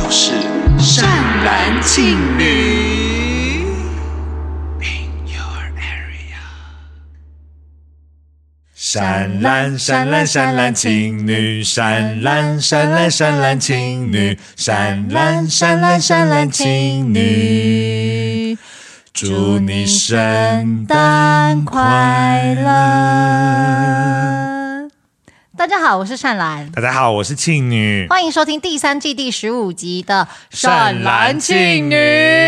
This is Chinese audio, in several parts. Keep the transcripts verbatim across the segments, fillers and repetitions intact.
就是善男信女。In your area。 善男善男善男信女，善男善男善男信女，善男善男善男信女。祝你圣诞快乐！ 大家好，我是善兰。 大家好，我是庆女。 欢迎收听第三季第十五集的善兰庆女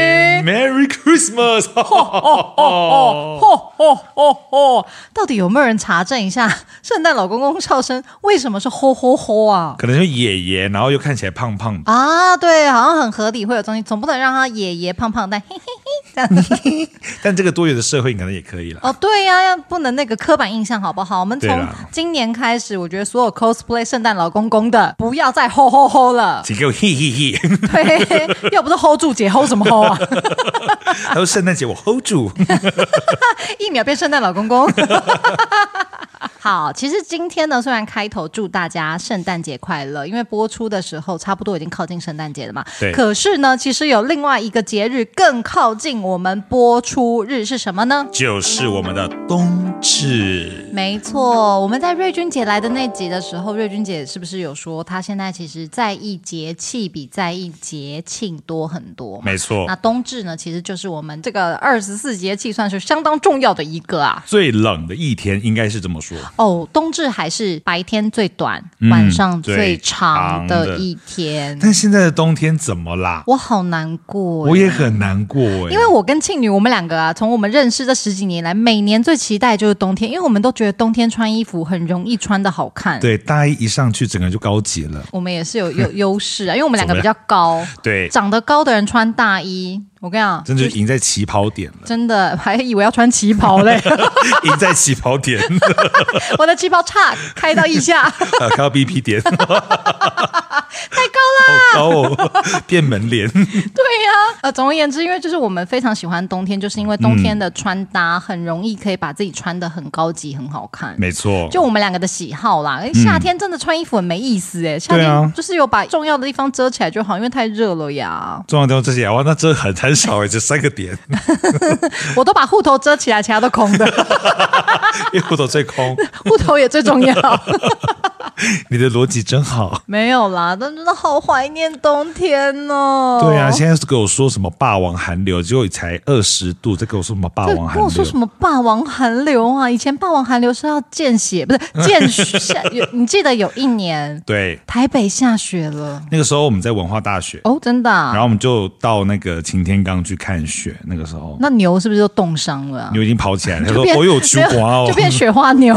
，Merry Christmas！ 吼吼吼吼吼吼吼！到底有没有人查证一下，圣诞老公公笑声为什么是吼吼吼啊？ 可能是爷爷，然后又看起来胖胖的啊，对，好像很合理，会有东西，总不能让他爷爷胖胖但嘿嘿嘿这样子。 但这个多元的社会可能也可以了。 哦，对呀、啊，不能那个刻板印象好不好？我们从今年开始，我觉得所有 cosplay 圣诞老公公的不要再吼吼吼了， 请给我嘿嘿嘿。 对，又不是 hold 住姐 hold 什么 hold 啊？ 他说圣诞节我 hold 住， 一秒变圣诞老公公。好，其实今天呢，虽然开头祝大家圣诞节快乐，因为播出的时候差不多已经靠近圣诞节了嘛。 对。 可是呢，其实有另外一个节日更靠近我们播出日是什么呢？ 就是我们的冬至。 没错，我们在瑞君姐来的那集的时候，瑞君姐是不是有说她现在其实在意节气比在意节庆多很多？ 没错。 那冬至呢，其实就是我们这个二十四节气算是相当重要的一个啊。 最冷的一天应该是这么说。 哦，冬至还是白天最短、嗯、晚上最长的一天。 但现在的冬天怎么啦？ 我好难过， 我也很难过耶。 因为我跟庆女我们两个啊，从我们认识这十几年来，每年最期待就是冬天，因为我们都觉得冬天穿衣服很容易穿得好看。 对，大衣一上去整个就高级了。 我们也是有有优势啊，因为我们两个比较高， 对， 长得高的人穿大衣。我跟你讲， 真的赢在起跑点了， 真的还以为要穿旗袍嘞， 赢在起跑点， 我的旗袍差开到腋下， 开到 B P 点，太高啦， 好高哦，变门帘。对呀、啊，呃，总而言之，因为就是我们非常喜欢冬天，就是因为冬天的穿搭很容易可以把自己穿得很高级、很好看。 没错， 就我们两个的喜好啦。夏天真的穿衣服很没意思哎、欸，夏天就是有把重要的地方遮起来就好，因为太热了呀。 重要的地方遮起来，哇，那遮很很少哎，只三个点。 我都把户头遮起来，其他都空的。 因为户头最空， 户头也最重要。 你的逻辑真好。 没有啦，但真的好怀念冬天哦。 对啊，现在是给我说什么霸王寒流，结果才二十度，再给我说什么霸王寒流？ 跟我说什么霸王寒流啊？以前霸王寒流是要见血，不是见雪。你记得有一年， 对， 台北下雪了。 那个时候我们在文化大学哦，真的、啊。 然后我们就到那个擎天岗去看雪。那个时候， 那牛是不是就冻伤了、啊？ 牛已经跑起来了。他说：“我有出国哦， 就变雪花牛。”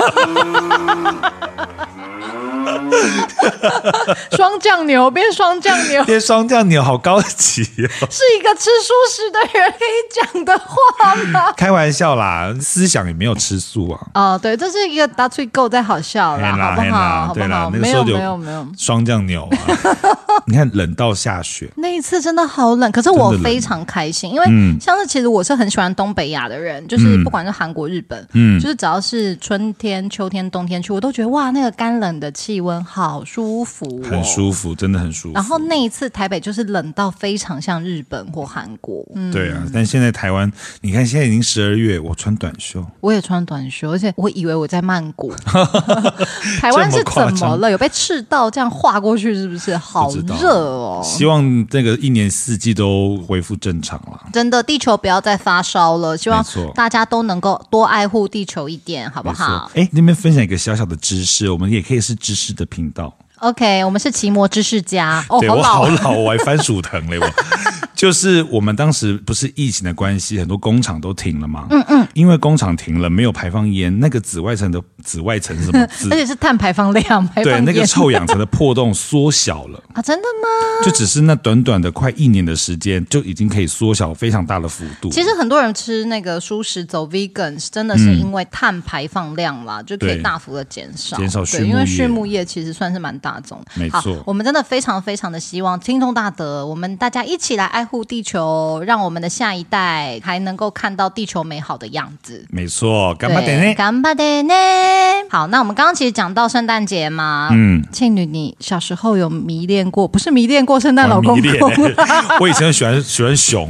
双酱牛变双酱牛， 变双酱牛，好高级哦！ 是一个吃素食的人可以讲的话吗？ 开玩笑啦，思想也没有吃素啊。 哦，对，这是一个打嘴够在好笑啦，好不好？ 对啦， 那个时候有没有没有双酱牛啊。你看冷到下雪， 那一次真的好冷，可是我非常开心，因为像是其实我是很喜欢东北亚的人，就是不管是韩国、日本，嗯，就是只要是春天、秋天、冬天去，我都觉得哇，那个干冷的气温好舒服、哦， 很舒服，真的很舒服。 然后那一次台北就是冷到非常像日本或韩国， 嗯、对啊。但现在台湾，你看现在已经十二月，我穿短袖， 我也穿短袖，而且我以为我在曼谷，台湾是怎么了？有被赤道这样划过去，是不是？好热哦！ 希望这个一年四季都恢复正常了。 真的，地球不要再发烧了，希望大家都能够多爱护地球一点，好不好？ 哎，那边分享一个小小的知识，我们也可以是知识的频道。 OK， 我们是奇摩知识家。哦， 对， 好老， 我好老，我还番薯藤嘞我。就是我们当时不是疫情的关系，很多工厂都停了嘛。嗯嗯。因为工厂停了，没有排放烟，那个紫外层的紫外层是什么？ 而且是碳排放量，排放对，那个臭氧层的破洞缩小了啊！真的吗？ 就只是那短短的快一年的时间，就已经可以缩小非常大的幅度。 其实很多人吃那个蔬食走 vegan， 真的是因为碳排放量啦，嗯、就可以大幅的减少， 减少畜牧业， 因为畜牧业其实算是蛮大众的。 没错， 我们真的非常非常的希望听众大德，我们大家一起来爱护护地球，让我们的下一代还能够看到地球美好的样子。 没错，干巴点呢？ 干巴点呢？好，那我们刚刚其实讲到圣诞节嘛，嗯，庆女，你小时候有迷恋过？不是迷恋过圣诞老公公， 我, 我以前喜欢喜欢熊。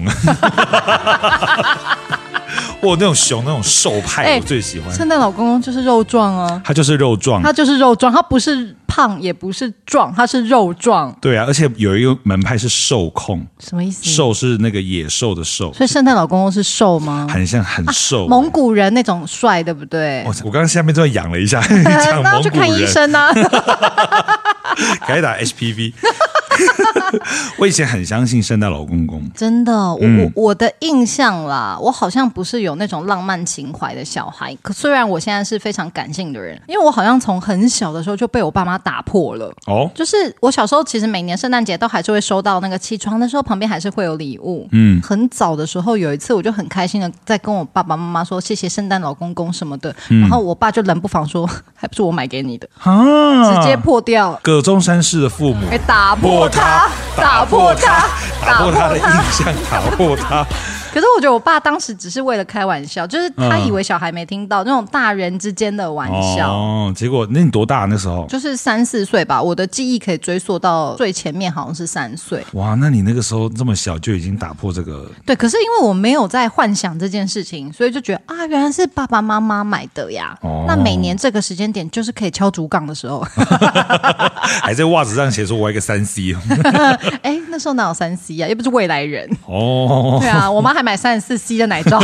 我那种熊那种瘦派、欸、我最喜欢。 圣诞老公公就是肉壮啊， 他就是肉壮， 他就是肉壮，他不是胖也不是壮，他是肉壮。 对啊，而且有一个门派是兽控。 什么意思？ 兽是那个野兽的兽， 所以圣诞老公公是瘦吗？ 很像很瘦、 啊、蒙古人那种帅，对不对？ 我我刚刚下面都痒了一下。 那要去看医生啊。 赶紧打 H P V。我以前很相信圣诞老公公， 真的，我、嗯、我我的印象啦，我好像不是有那种浪漫情怀的小孩。可虽然我现在是非常感性的人，因为我好像从很小的时候就被我爸妈打破了。哦，就是我小时候其实每年圣诞节都还是会收到那个起床的时候旁边还是会有礼物。嗯，很早的时候有一次我就很开心的在跟我爸爸妈妈说谢谢圣诞老公公什么的、嗯、然后我爸就冷不防说还不是我买给你的啊，直接破掉。 葛中山市的父母打破他，打破他， 打破他的印象，打破他。 可是我觉得我爸当时只是为了开玩笑，就是他以为小孩没听到、嗯、那种大人之间的玩笑。 哦，结果那你多大那时候？ 就是三四岁吧，我的记忆可以追溯到最前面好像是三岁。 哇，那你那个时候这么小就已经打破这个？ 对，可是因为我没有在幻想这件事情，所以就觉得啊，原来是爸爸妈妈买的呀。哦，那每年这个时间点就是可以敲竹杠的时候。 还在袜子上写说我一个三 C。 哎，那时候哪有三 C 啊？又不是未来人。 哦， 对啊，我妈还买三十四 C 的奶罩。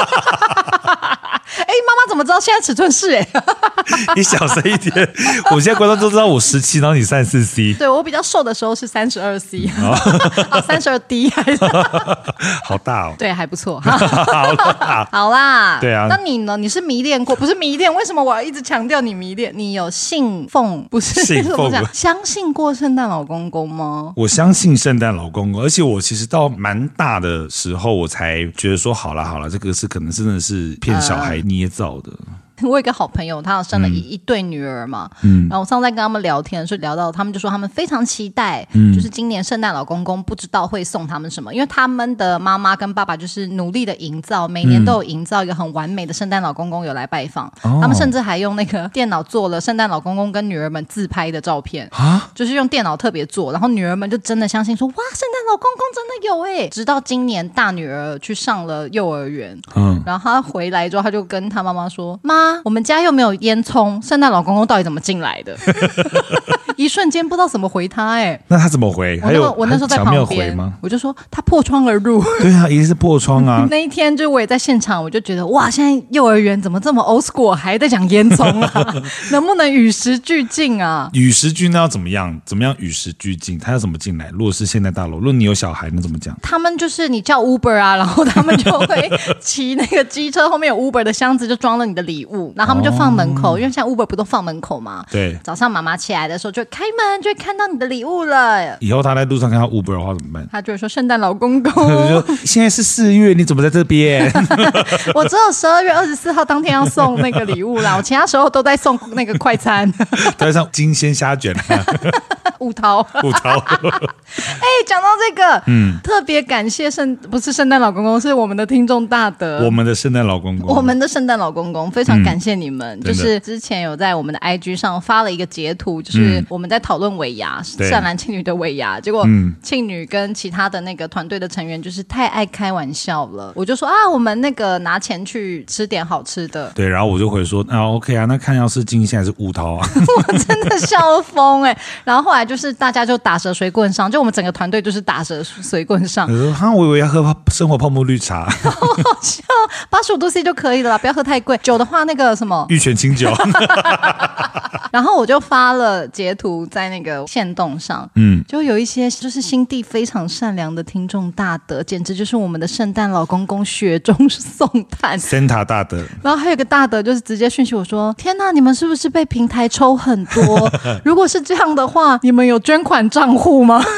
哎，妈妈怎么知道现在尺寸是？哎， 你小声一点，我现在观众都知道我十七，然后你三十四 C。 对，我比较瘦的时候是三十二 C， 啊，三十二 D 还是好大哦。 对，还不错。 好大， 好啦。 对啊， 那你呢？你是迷恋过？不是迷恋？为什么我要一直强调你迷恋？你有信奉？不是信奉， 相信过圣诞老公公吗？ 我相信圣诞老公公，而且我其实到蛮大的时候，我才觉得说，好啦好啦，这个是可能真的是骗小孩捏造的。呃我有一个好朋友，他有生了一、嗯、一对女儿嘛，嗯，然后我上次在跟他们聊天的时候聊到，他们就说他们非常期待，嗯，就是今年圣诞老公公不知道会送他们什么，因为他们的妈妈跟爸爸就是努力的营造，每年都有营造一个很完美的圣诞老公公有来拜访、嗯，他们甚至还用那个电脑做了圣诞老公公跟女儿们自拍的照片啊，就是用电脑特别做，然后女儿们就真的相信说哇，圣诞老公公真的有哎，直到今年大女儿去上了幼儿园，嗯，然后她回来之后，她就跟她妈妈说，妈，我们家又没有烟囱，圣诞老公公到底怎么进来的？一瞬间不知道怎么回他哎、欸， 那他怎么回？ 我那个我那时候在旁边，我就说他破窗而入。 对啊，一定是破窗啊。 那一天就我也在现场，我就觉得哇，现在幼儿园怎么这么 old school， 还在讲烟囱啊？能不能与时俱进啊？ 与时俱进要怎么样？怎么样与时俱进？他要怎么进来？如果是现代大楼，如果你有小孩，那怎么讲？ 他们就是你叫 Uber 啊，然后他们就会骑那个机车，后面有 Uber 的箱子，就装了你的礼物，然后他们就放门口，哦、因为像 Uber 不都放门口吗？ 对， 早上妈妈起来的时候就开门，就会看到你的礼物了。 以后他在路上看到 Uber 的话怎么办？ 他就会说圣诞老公公， 就说现在是四月，你怎么在这边？ 我只有十二月二十四号当天要送那个礼物啦，我其他时候都在送那个快餐， 都在送金鲜虾卷、啊。 五桃， 五桃。 哎，讲到这个，嗯，特别感谢圣不是圣诞老公公，是我们的听众大德， 我们的圣诞老公公， 我们的圣诞老公公，非常感谢你们。嗯、就是之前有在我们的 I G 上发了一个截图，就是我们在讨论尾牙，善男信女的尾牙，结果庆女跟其他的那个团队的成员就是太爱开玩笑了，我就说啊，我们那个拿钱去吃点好吃的， 对，然后我就回说啊 ，OK 啊，那看要是金线还是乌桃啊， 我真的笑疯哎、欸，然后后来就是大家就打蛇随棍上，就我们整个团队就是打蛇随棍上。 我说哈，我以为要喝生活泡沫绿茶， 好好笑，八十五度 C 就可以了啦，不要喝太贵。酒的话，那个什么玉泉清酒。 然后我就发了截图在那个限动上，嗯，就有一些就是心地非常善良的听众大德，简直就是我们的圣诞老公公雪中送炭 Santa 大德。 然后还有一个大德就是直接讯息我说，天哪，你们是不是被平台抽很多？如果是这样的话，你们有捐款账户吗？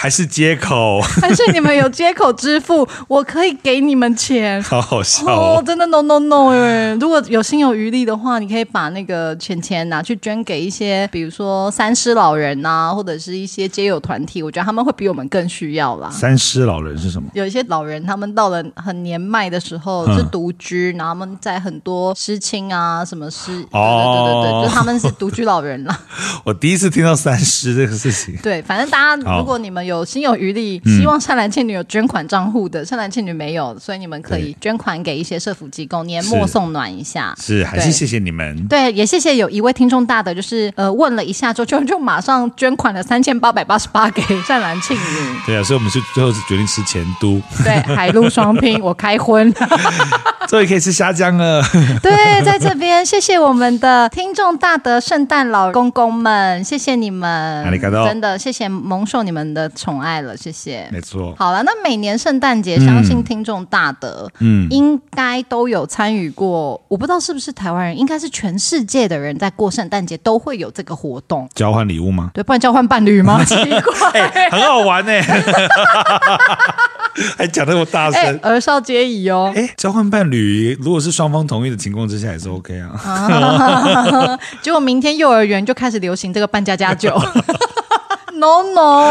还是街口？ 还是你们有街口支付？我可以给你们钱。 好好笑哦！ 哦真的 no no no 哎！如果有心有余力的话，你可以把那个钱钱拿去捐给一些，比如说三师老人啊，或者是一些街友团体，我觉得他们会比我们更需要啦。 三师老人是什么？ 有一些老人，他们到了很年迈的时候是独居，然后他们在很多失亲啊，什么失，哦，对对对对，就他们是独居老人啦。 我第一次听到三师这个事情。 对，反正大家如果你们有心有余力，希望善男信女有捐款账户的，善男信女没有，所以你们可以捐款给一些社福机构，年末送暖一下。 是，还是谢谢你们。 对，也谢谢有一位听众大的，就是呃问了一下之后，就就马上捐款了三千八百八十八给善男信女。 对啊，所以我们是最后是决定吃前都。 对，海陆双拼，我开荤。 终于可以吃虾酱了。 对，在这边谢谢我们的听众大德圣诞老公公们，谢谢你们，真的谢谢蒙受你们的宠爱了，谢谢。 没错。 好了，那每年圣诞节，相信听众大德，嗯，应该都有参与过。我不知道是不是台湾人，应该是全世界的人在过圣诞节都会有这个活动。 交换礼物吗？ 对，不然交换伴侣吗？奇怪， 欸、很好玩哎、欸。还讲得那么大声， 欸、儿少皆宜哦。 哎、欸，交换伴侣，如果是双方同意的情况之下，也是 OK 啊。 啊结果明天幼儿园就开始流行这个扮家家酒。No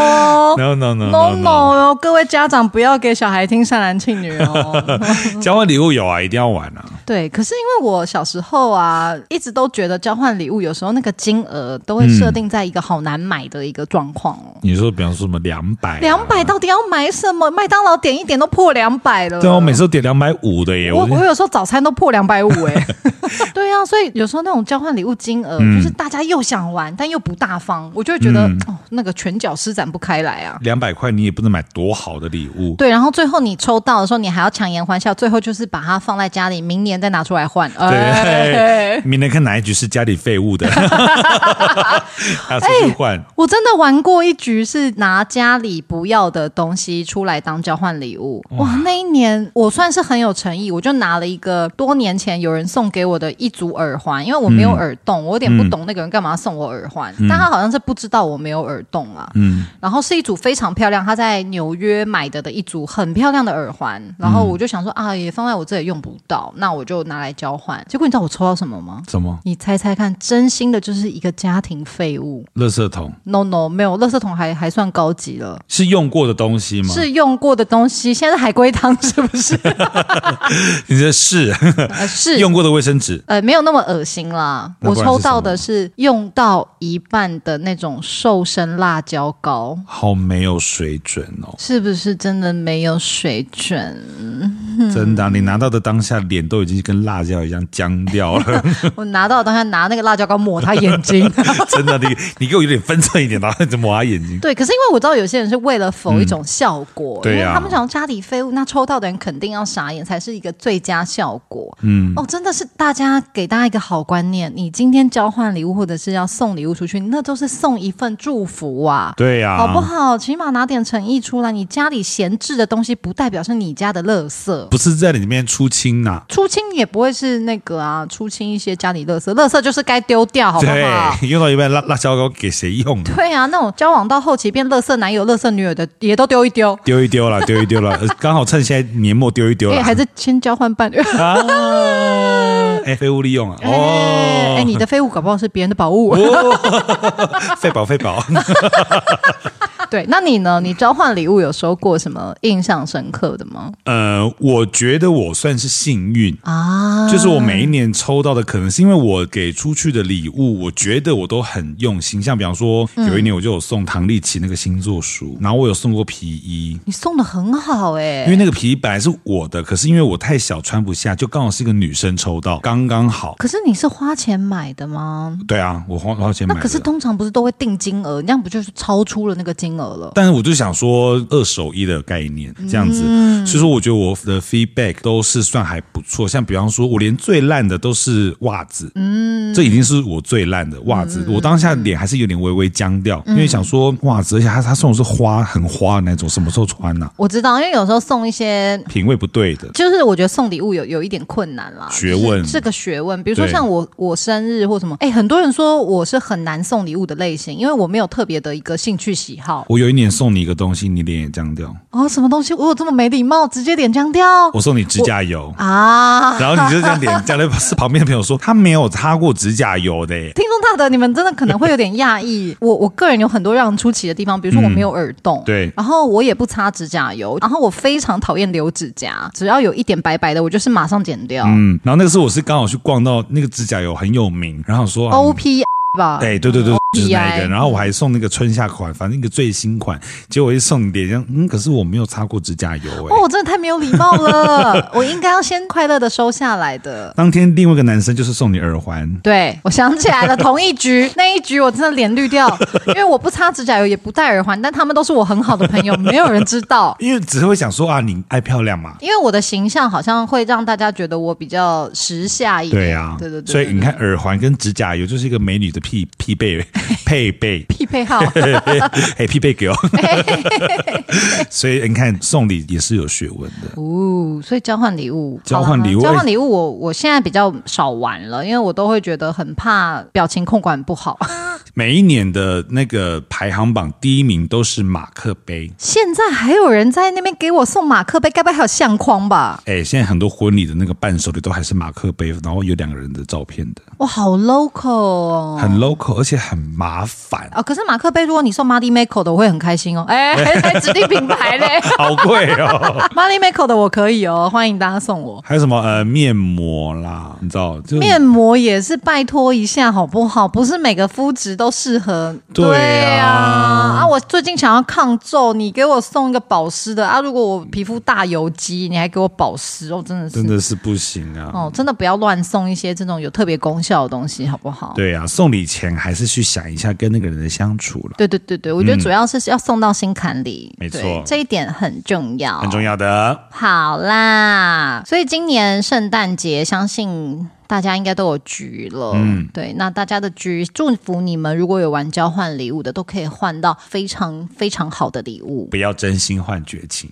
no no no no no no！ 各位家长不要给小孩听善男信女哦。 交换礼物有啊，一定要玩啊。 对，可是因为我小时候啊，一直都觉得交换礼物有时候那个金额都会设定在一个好难买的一个状况哦。 你说，比方说什么两百？ 两百到底要买什么？麦当劳点一点都破两百了。 对啊，我每次都点两百五的耶。 我我有时候早餐都破两百五哎。对啊，所以有时候那种交换礼物金额，嗯、就是大家又想玩，但又不大方，我就会觉得、嗯、哦，那个拳脚施展不开来啊。 两百块你也不能买多好的礼物。 对，然后最后你抽到的时候，你还要强颜欢笑，最后就是把它放在家里，明年再拿出来换。 对，哎、明年看哪一局是家里废物的，还要出去换、欸。 我真的玩过一局是拿家里不要的东西出来当交换礼物。哇，哇那一年我算是很有诚意，我就拿了一个多年前有人送给我的一组耳环，因为我没有耳洞，嗯、我有点不懂那个人干嘛送我耳环，嗯、但他好像是不知道我没有耳洞啊。嗯，然后是一组非常漂亮，他在纽约买的的一组很漂亮的耳环，然后我就想说啊，也放在我这里用不到，那我就拿来交换。结果你知道我抽到什么吗？ 什么？ 你猜猜看，真心的就是一个家庭废物， 垃圾桶。 No no， 没有，垃圾桶还还算高级了。 是用过的东西吗？ 是用过的东西，现在是海龟汤是不是？ 你这是、呃、是用过的卫生纸， 呃，没有那么恶心啦。我抽到的是用到一半的那种瘦身辣椒膏， 好没有水准哦， 是不是真的没有水准？ 真的、啊，你拿到的当下脸都已经跟辣椒一样僵掉了。 我拿到的当下拿那个辣椒膏抹他眼睛， 真的，你你给我有点分寸一点，然后就抹他眼睛。 对，可是因为我知道有些人是为了否一种效果，嗯、 对啊， 因为他们想家里废物，那抽到的人肯定要傻眼才是一个最佳效果。嗯，哦，真的是大家给大家一个好观念，你今天交换礼物或者是要送礼物出去，那都是送一份祝福啊， 对呀、啊， 好不好？起码拿点诚意出来，你家里闲置的东西不代表是你家的垃圾， 不是在里面出清呐、啊， 出清也不会是那个啊，出清一些家里垃圾，垃圾就是该丢掉，好不好？ 对，用到一半辣辣椒膏给谁用？ 对啊，那种交往到后期变垃圾男友、垃圾女友的也都丢一丢， 丢一丢啦，丢一丢啦，刚好趁现在年末丢一丢啦。 哎、欸，还是先交换伴侣啊？ 哎、欸，废物利用啊！哦，哎、 欸，你的废物搞不好是别人的宝物， 废宝废宝。 对，那你呢？你交换礼物有收过什么印象深刻的吗？ 呃，我觉得我算是幸运啊，就是我每一年抽到的，可能是因为我给出去的礼物，我觉得我都很用心。像比方说，有一年我就有送唐立淇那个星座书，然后我有送过皮衣， 你送的很好哎、欸， 因为那个皮衣本来是我的，可是因为我太小穿不下，就刚好是一个女生抽到，刚刚好。 可是你是花钱买的吗？ 对啊，我花花钱买的。 那可是通常不是都会定金额，你这样不就是超出了那个金额了？ 但是我就想说二手衣的概念这样子、嗯、所以说我觉得我的 feedback 都是算还不错，像比方说我连最烂的都是袜子，嗯，这已经是我最烂的袜子、嗯、我当下脸还是有点微微僵掉、嗯、因为想说袜子，而且他他送的是花很花的那种，什么时候穿啊？我知道，因为有时候送一些品味不对的， 就是我觉得送礼物有有一点困难啦， 学问、 就是、这个学问，比如说像我我生日或什么，哎，很多人说我是很难送礼物的类型，因为我没有特别的一个兴趣喜好。 我有一年送你一个东西，你脸也僵掉。 哦，什么东西？我有这么没礼貌，直接脸僵掉？ 我送你指甲油啊， 然后你就这样脸僵掉。是旁边的朋友说他没有擦过指甲油的耶。 听众大德，你们真的可能会有点讶异。我我个人有很多让人出奇的地方，比如说我没有耳洞， 嗯、对， 然后我也不擦指甲油，然后我非常讨厌留指甲，只要有一点白白的，我就是马上剪掉。 嗯，然后那个时候我是刚好去逛到那个指甲油很有名，然后说 O P。吧， 对对对对，就是那一个，然后我还送那个春夏款，反正一个最新款，结果我一送你脸上，嗯，可是我没有擦过指甲油哎、欸， 哦，我真的太没有礼貌了，我应该要先快乐的收下来的。 当天另外一个男生就是送你耳环， 对，我想起来了，同一局那一局我真的脸绿掉，因为我不擦指甲油也不戴耳环，但他们都是我很好的朋友，没有人知道， 因为只是会想说啊，你爱漂亮嘛， 因为我的形象好像会让大家觉得我比较时下一点， 对啊， 对对 对, 对， 所以你看耳环跟指甲油就是一个美女的匹匹配。配备匹配号哎，匹配给我所以你看送礼也是有学问的哦，所以交换礼物交换礼物交换礼物我我现在比较少玩了，因为我都会觉得很怕表情控管不好每一年的那个排行榜第一名都是马克杯， 现在还有人在那边给我送马克杯，该不会还有相框吧？ 哎，现在很多婚礼的那个伴手礼都还是马克杯，然后有两个人的照片的， 哇，好 local 哦， 很 local， 而且很麻烦哦。可是马克杯如果你送 Marty Mako 的我会很开心哦，哎，还指定品牌嘞好贵哦 Marty Mako 的我可以哦，欢迎大家送我。 还有什么呃面膜啦，你知道就面膜也是拜托一下好不好，不是每个肤质都适合。 对啊， 对啊，啊我最近想要抗皱，你给我送一个保湿的啊，如果我皮肤大油肌你还给我保湿哦，真的是真的是不行啊哦，真的不要乱送一些这种有特别功效的东西好不好？ 对啊，送礼前还是去想一下跟那个人的相处了。 对对对对，我觉得主要是要送到心坎里， 没错， 这一点很重要， 很重要的。 好啦，所以今年圣诞节相信大家应该都有局了，嗯，对，那大家的局，祝福你们，如果有玩交换礼物的，都可以换到非常非常好的礼物， 不要真心换绝情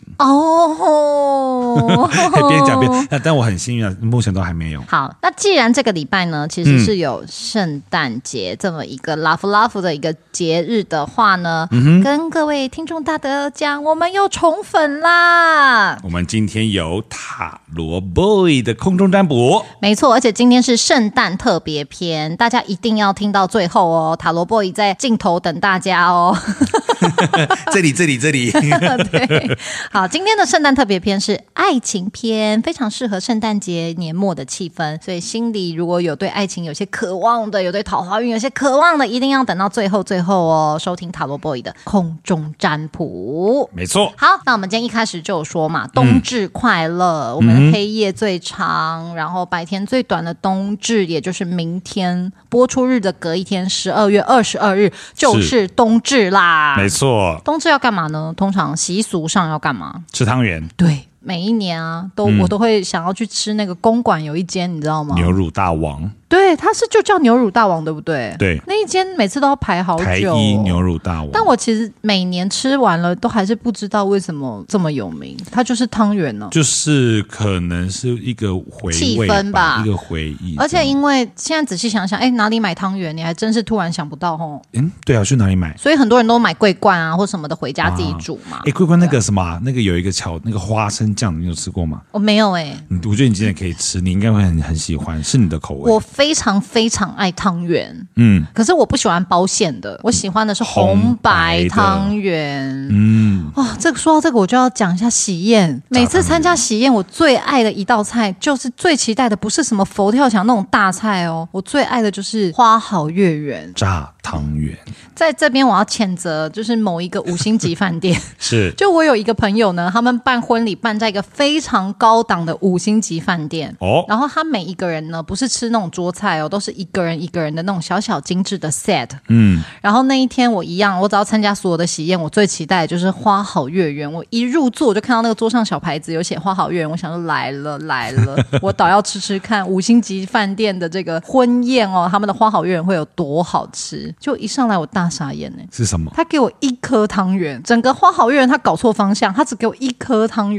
哦。 边讲边，但我很幸运啊，目前都还没有。 好，那既然这个礼拜呢，其实是有圣诞节这么一个 love love 的一个节日的话呢，嗯、跟各位听众大德讲，我们又宠粉啦！ 我们今天有塔罗 boy 的空中占卜， 没错，而且今天是圣诞特别篇，大家一定要听到最后哦。塔罗 boy 在镜头等大家哦。 这里这里这里对，好，今天的圣诞特别篇是爱情篇，非常适合圣诞节年末的气氛，所以心里如果有对爱情有些渴望的，有对桃花运有些渴望的，一定要等到最后最后哦，收听塔罗 boy 的空中占卜。 没错。 好，那我们今天一开始就有说嘛，冬至快乐、嗯、我们的黑夜最长、嗯、然后白天最短的冬至，也就是明天播出日的隔一天十二月二十二日就是冬至啦。 没错。 冬至要干嘛呢？通常习俗上要干嘛？ 吃汤圆。 对，每一年啊，都、嗯、我都会想要去吃那个公馆有一间，你知道吗？ 牛乳大王。 对，它是就叫牛乳大王，对不对？ 对， 那一间每次都要排好久、哦。 台一牛乳大王， 但我其实每年吃完了，都还是不知道为什么这么有名。它就是汤圆呢， 就是可能是一个回味气氛吧， 一个回忆。 而且因为现在仔细想想，哎，哪里买汤圆？你还真是突然想不到哦。 嗯，对啊，去哪里买？ 所以很多人都买桂冠啊，或什么的回家自己煮嘛。 哎、啊，桂冠那个什么、啊，那个有一个巧，那个花生酱，你有吃过吗？ 我没有哎、欸。 我觉得你今天可以吃，你应该会很很喜欢，是你的口味。 我非常非常爱汤圆， 嗯， 可是我不喜欢包馅的，我喜欢的是红白汤圆。嗯，哦，这个说到这个，我就要讲一下喜宴。每次参加喜宴，我最爱的一道菜，就是最期待的，不是什么佛跳墙那种大菜哦，我最爱的就是花好月圆炸汤圆。 在这边我要谴责，就是某一个五星级饭店， 是， 就我有一个朋友呢，他们办婚礼办在一个非常高档的五星级饭店哦，然后他每一个人呢，不是吃那种桌菜哦，都是一个人一个人的那种小小精致的 set， 嗯，然后那一天我一样，我只要参加所有的喜宴，我最期待的就是花好月圆。我一入座我就看到那个桌上小牌子有写花好月圆，我想说来了来了，我倒要吃吃看五星级饭店的这个婚宴哦，他们的花好月圆会有多好吃。就一上来我大傻眼哎， 是什么？ 他给我一颗汤圆，整个花好月圆他搞错方向，他只给我一颗汤圆。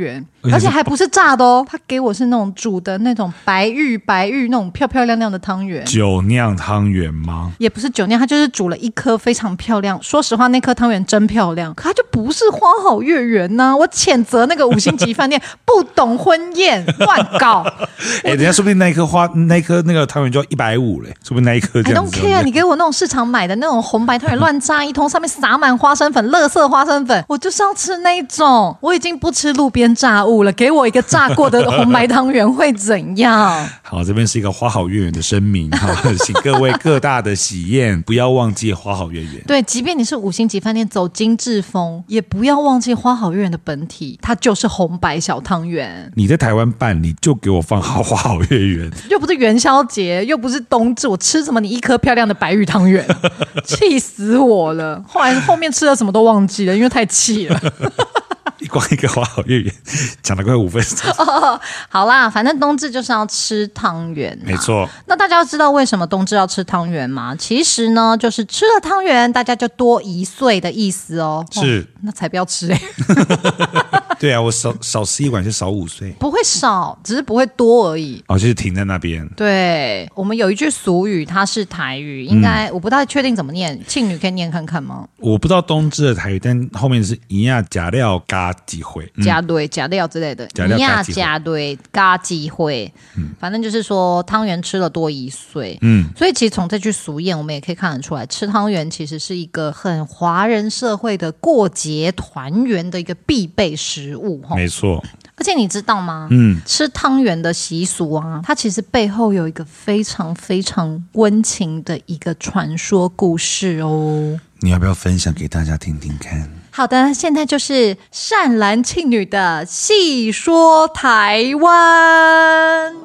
而且还不是炸的哦，他给我是那种煮的那种白玉白玉那种漂漂亮亮的汤圆。 酒酿汤圆吗？ 也不是酒酿，他就是煮了一颗非常漂亮。说实话，那颗汤圆真漂亮，可它就不是花好月圆呐、啊！我谴责那个五星级饭店不懂婚宴，乱搞。 哎、欸，人家说不定那一颗花，那一颗那个汤圆就要一百五嘞，说不定那一颗这样子。 I don't care， 你给我那种市场买的那种红白汤圆乱炸一通，上面撒满花生粉，垃圾花生粉，我就是要吃那一种。我已经不吃路边炸物了，给我一个炸过的红白汤圆会怎样？ 好，这边是一个花好月圆的声明哈，请各位各大的喜宴不要忘记花好月圆。 对，即便你是五星级饭店走精致风，也不要忘记花好月圆的本体，它就是红白小汤圆。 你在台湾办，你就给我放好花好月圆， 又不是元宵节，又不是冬至，我吃什么你一颗漂亮的白玉汤圆？气死我了！后来后面吃了什么都忘记了，因为太气了。 光一个花好月圆讲了快五分钟、 哦、好啦，反正冬至就是要吃汤圆， 没错。 那大家要知道为什么冬至要吃汤圆吗？其实呢，就是吃了汤圆大家就多一岁的意思哦。 是、 哦、那才不要吃哎、 欸。对啊，我少少吃一碗就少五岁， 不会少，只是不会多而已。 哦，就是停在那边。 对，我们有一句俗语，它是台语，应该、嗯、我不太确定怎么念，庆女可以念看看吗？ 我不知道冬至的台语，但后面是一样加料加几回， 加对加料之类的，一样加对加几回，嗯，反正就是说汤圆吃了多一岁，嗯，所以其实从这句俗谚，我们也可以看得出来，吃汤圆其实是一个很华人社会的过节团圆的一个必备食物， 没错。 而且你知道吗？嗯，吃汤圆的习俗啊，它其实背后有一个非常非常温情的一个传说故事哦。 你要不要分享给大家听听看？ 好的，现在就是善男信女的细说台湾。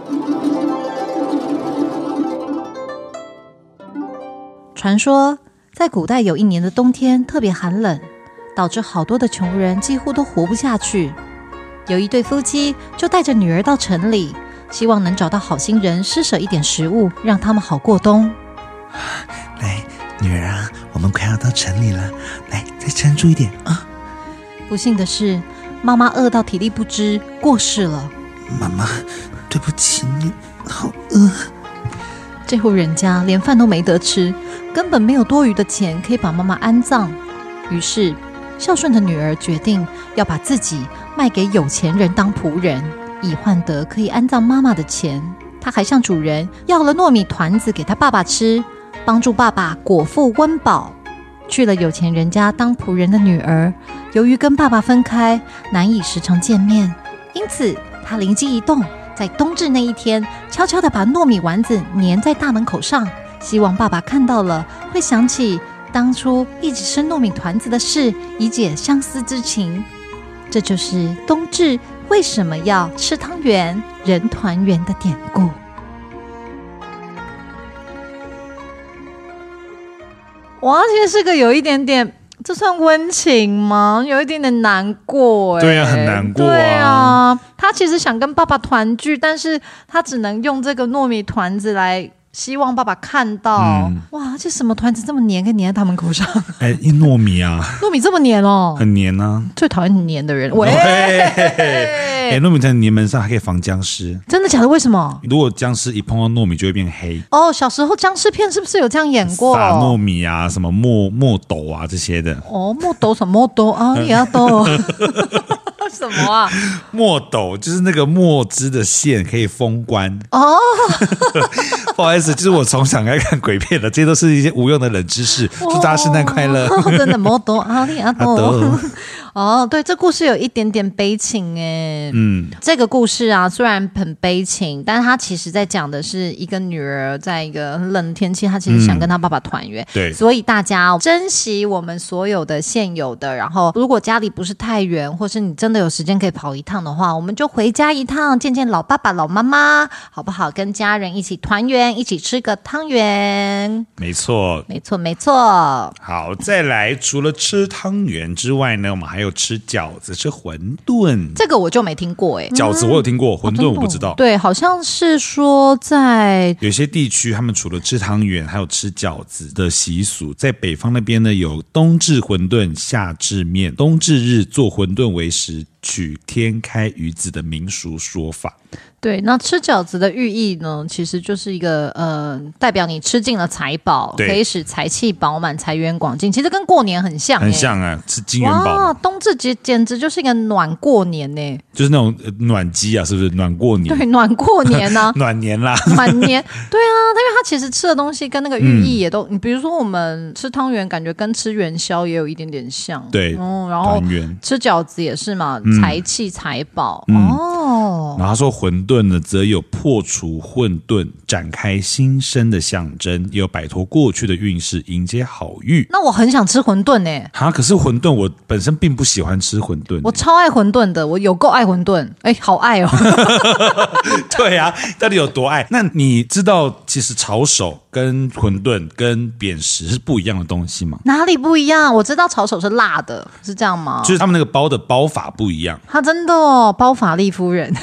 传说在古代有一年的冬天特别寒冷，导致好多的穷人几乎都活不下去。有一对夫妻就带着女儿到城里，希望能找到好心人施舍一点食物，让他们好过冬。 来，女儿啊，我们快要到城里了，来，再撑住一点啊！ 不幸的是，妈妈饿到体力不支，过世了。 妈妈，对不起，你好饿。 这户人家连饭都没得吃，根本没有多余的钱可以把妈妈安葬。于是，孝顺的女儿决定要把自己卖给有钱人当仆人，以换得可以安葬妈妈的钱。她还向主人要了糯米团子给她爸爸吃，帮助爸爸果腹温饱。去了有钱人家当仆人的女儿，由于跟爸爸分开，难以时常见面，因此她灵机一动，在冬至那一天，悄悄地把糯米丸子粘在大门口上，希望爸爸看到了会想起当初一起吃糯米团子的事，以解相思之情。这就是冬至为什么要吃汤圆、人团圆的典故。哇，其实是个有一点点，这算温情吗？有一点点难过哎。 对啊，很难过啊。 对啊，他其实想跟爸爸团聚，但是他只能用这个糯米团子来希望爸爸看到。嗯、哇，这什么团子这么黏，可以黏在他门口上？ 哎，一糯米啊， 糯米这么黏哦， 很黏啊。 最讨厌很黏的人。喂， 哎，糯米在黏门上还可以防僵尸， 真的假的？为什么？ 如果僵尸一碰到糯米就会变黑。 哦，小时候僵尸片是不是有这样演过？ 撒糯米啊，什么墨墨斗啊这些的。 哦，墨斗什么墨斗啊？也要斗。什么啊？ 墨斗就是那个墨汁的线可以封关哦。 不好意思，就是我从小爱看鬼片的，这些都是一些无用的冷知识。祝大家圣诞快乐！ 哦、真的墨斗阿里阿斗。哦，对，这故事有一点点悲情哎。嗯，这个故事啊，虽然很悲情，但是它其实在讲的是一个女儿在一个很冷的天气，她其实想跟她爸爸团圆。 嗯、对， 所以大家珍惜我们所有的现有的，然后如果家里不是太远，或是你真的有时间可以跑一趟的话，我们就回家一趟，见见老爸爸、老妈妈，好不好？跟家人一起团圆，一起吃个汤圆。 没错， 没错，没错。 好，再来，除了吃汤圆之外呢，我们还有吃饺子、吃馄饨。 这个我就没听过哎、欸， 饺子我有听过，馄饨我不知道、哦。 对，好像是说在有些地区，他们除了吃汤圆，还有吃饺子的习俗。在北方那边呢，有冬至馄饨，夏至面。冬至日做馄饨为食， 取天开鱼子的民俗说法。 对，那吃饺子的寓意呢，其实就是一个呃，代表你吃尽了财宝，可以使财气饱满、财源广进。其实跟过年很像、欸， 很像啊，吃金元宝。 哇，冬至节简直就是一个暖过年呢、欸， 就是那种、呃、暖鸡啊，是不是暖过年？ 对，暖过年啊， 暖年啦， 暖年。对啊，因为它其实吃的东西跟那个寓意也都，你、嗯、比如说我们吃汤圆，感觉跟吃元宵也有一点点像。 对， 嗯，然后吃饺子也是嘛，嗯、财气财宝、嗯、哦。 然后他说馄饨呢，则有破除混沌、展开新生的象征，也有摆脱过去的运势，迎接好运。 那我很想吃馄饨哎、欸， 啊，可是馄饨我本身并不喜欢吃馄饨、欸， 我超爱馄饨的，我有够爱馄饨，哎，好爱哦。 对啊，到底有多爱？那你知道其实炒手跟馄饨跟扁食是不一样的东西吗？ 哪里不一样？我知道炒手是辣的，是这样吗？ 就是他们那个包的包法不一样。 他真的哦，包法利夫人。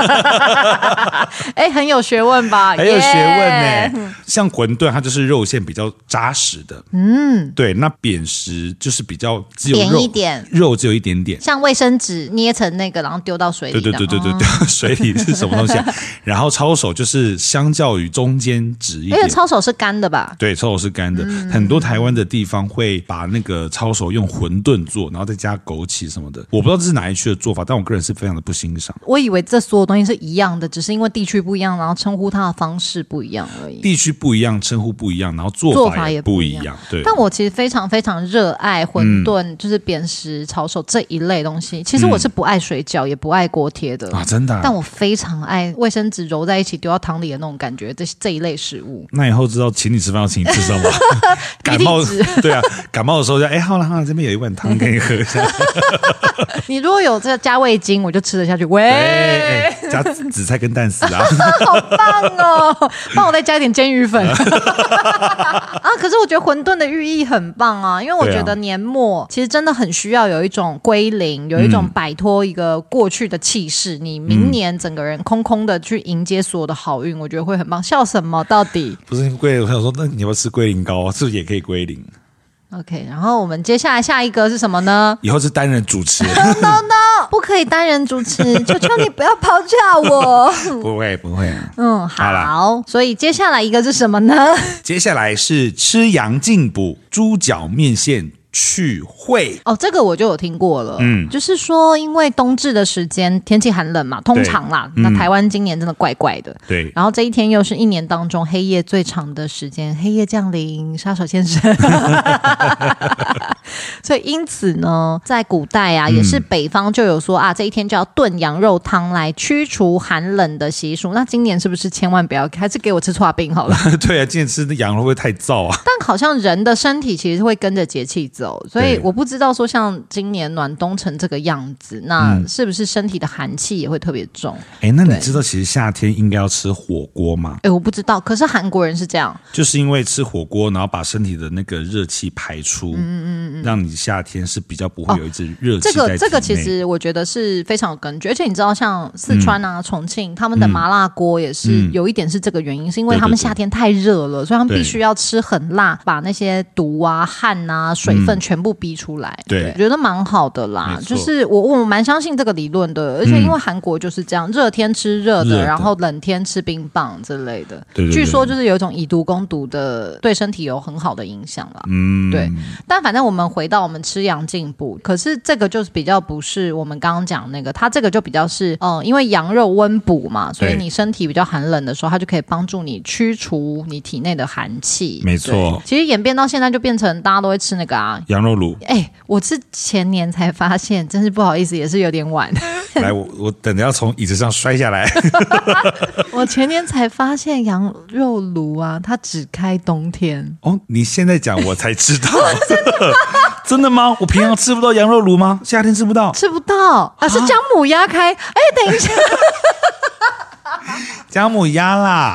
哎，很有学问吧？ 很有学问呢、欸。像馄饨，它就是肉馅比较扎实的，嗯，对。那扁食就是比较只有肉扁一点， 肉只有一点点， 像卫生纸捏成那个，然后丢到水里。 对对对对对对，嗯、水里是什么东西啊？然后抄手就是相较于中间直一点， 因为抄手是干的吧？ 对，抄手是干的、嗯。很多台湾的地方会把那个抄手用馄饨做，然后再加枸杞什么的。我不知道这是哪一区的做法，但我个人是非常的不欣赏。 我以为这所有东西是一样的，只是因为地区不一样，然后称呼它的方式不一样而已。 地区不一样，称呼不一样，然后做法也不一样。一样对。 但我其实非常非常热爱馄饨、嗯，就是扁食、抄手这一类东西。其实我是不爱水饺，嗯、也不爱锅贴的啊，真的、啊。 但我非常爱卫生纸揉在一起丢到汤里的那种感觉，这这一类食物。 那以后知道请你吃饭要请你吃什么？感冒对啊，感冒的时候就哎，好了好了，这边有一碗汤给你喝一下。 你如果有这个加味精，我就吃得下去。喂， 欸、加紫菜跟蛋丝啊， 好棒哦！帮我再加一点煎鱼粉啊！可是我觉得馄饨的寓意很棒啊，因为我觉得年末其实真的很需要有一种归零，有一种摆脱一个过去的气势，嗯、你明年整个人空空的去迎接所有的好运，我觉得会很棒。笑什么？到底不是归零？我想说，那你要不要吃龟苓膏啊？是不是也可以归零 ？OK， 然后我们接下来下一个是什么呢？ 以后是单人主持。 No No No， 不可以单人主持，求求你不要抛下我。 不会不会。 嗯，好。好，所以接下来一个是什么呢？ 接下来是吃阳进补，猪脚面线去秽哦，这个我就有听过了。嗯，就是说，因为冬至的时间天气寒冷嘛，通常啦，那台湾今年真的怪怪的。 对， 然后这一天又是一年当中黑夜最长的时间，黑夜降临，杀手先生。所以因此呢，在古代啊，也是北方就有说啊，这一天就要炖羊肉汤来驱除寒冷的习俗。那今年是不是千万不要，还是给我吃剉冰好了？ 对啊，今年吃的羊肉会不会太燥啊？ 但好像人的身体其实会跟着节气走。所以我不知道说像今年暖冬成这个样子，那是不是身体的寒气也会特别重？ 哎、嗯，那你知道其实夏天应该要吃火锅吗？ 哎，我不知道，可是韩国人是这样， 就是因为吃火锅，然后把身体的那个热气排出，嗯嗯嗯，让你夏天是比较不会有一直热气在体内、哦、这个这个其实我觉得是非常有根据，而且你知道像四川啊、嗯、重庆他们的麻辣锅也是有一点是这个原因，嗯、是因为他们夏天太热了，所以他们必须要吃很辣，把那些毒啊、汗啊、水分、嗯全部逼出来， 对， 我觉得蛮好的啦。就是我我蛮相信这个理论的，而且因为韩国就是这样，热、嗯、天吃热的，然后冷天吃冰棒之类的。对对对，据说就是有一种以毒攻毒的，对身体有很好的影响啦。嗯，对。但反正我们回到我们吃阳进补，可是这个就是比较不是我们刚刚讲那个，它这个就比较是，嗯，因为羊肉温补嘛，所以你身体比较寒冷的时候，它就可以帮助你驱除你体内的寒气。 没错。 其实演变到现在就变成大家都会吃那个啊。 羊肉卤， 哎、欸，我是前年才发现，真是不好意思，也是有点晚。 来，我我等着要从椅子上摔下来。 我前年才发现羊肉炉啊，它只开冬天。 哦，你现在讲我才知道。真的真的吗？我平常吃不到羊肉炉吗？夏天吃不到？ 吃不到啊，是姜母鸭开。哎，等一下。 姜母鸭啦， 是姜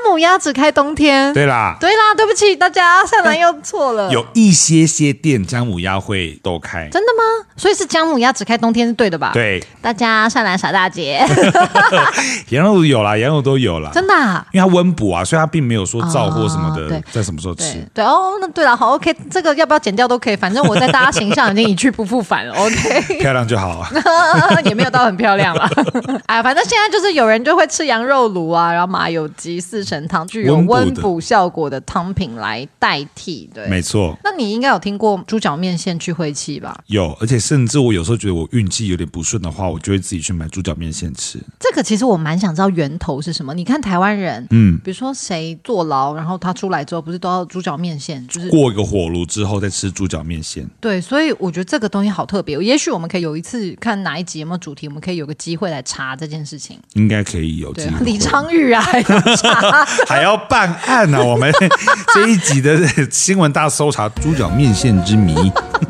母鸭只开冬天。 对啦， 对啦，对不起大家，善兰又错了。 有一些些店姜母鸭会都开。 真的吗？所以是姜母鸭只开冬天是对的吧？ 对， 大家善兰傻大姐。 羊肉有啦，羊肉都有啦， 真的、啊， 因为它温补啊，所以它并没有说燥或什么的， 哦、 在什么时候吃。 对, 对哦，那对了，好 ，OK， 这个要不要剪掉都可以，反正我在大家形象已经一去不复返了 ，OK， 漂亮就好啊， 也没有到很漂亮啦。哎，反正现在就是有人就会吃羊肉炉啊，然后麻油鸡、四神汤，具有温补效果的汤品来代替。对， 没错。 那你应该有听过猪脚面线去晦气吧？ 有，而且甚至我有时候觉得我运气有点不顺的话，我就会自己去买猪脚面线吃。 这个其实我蛮想知道源头是什么。你看台湾人，嗯，比如说谁坐牢，然后他出来之后，不是都要猪脚面线，就是过一个火炉之后再吃猪脚面线。 对，所以我觉得这个东西好特别。也许我们可以有一次看哪一集有没有主题，我们可以有个机会来查这件事情。 应该可以有机会。 李昌钰啊，还要查， 还要办案呢、啊。我们这一集的新闻大搜查猪脚面线之谜。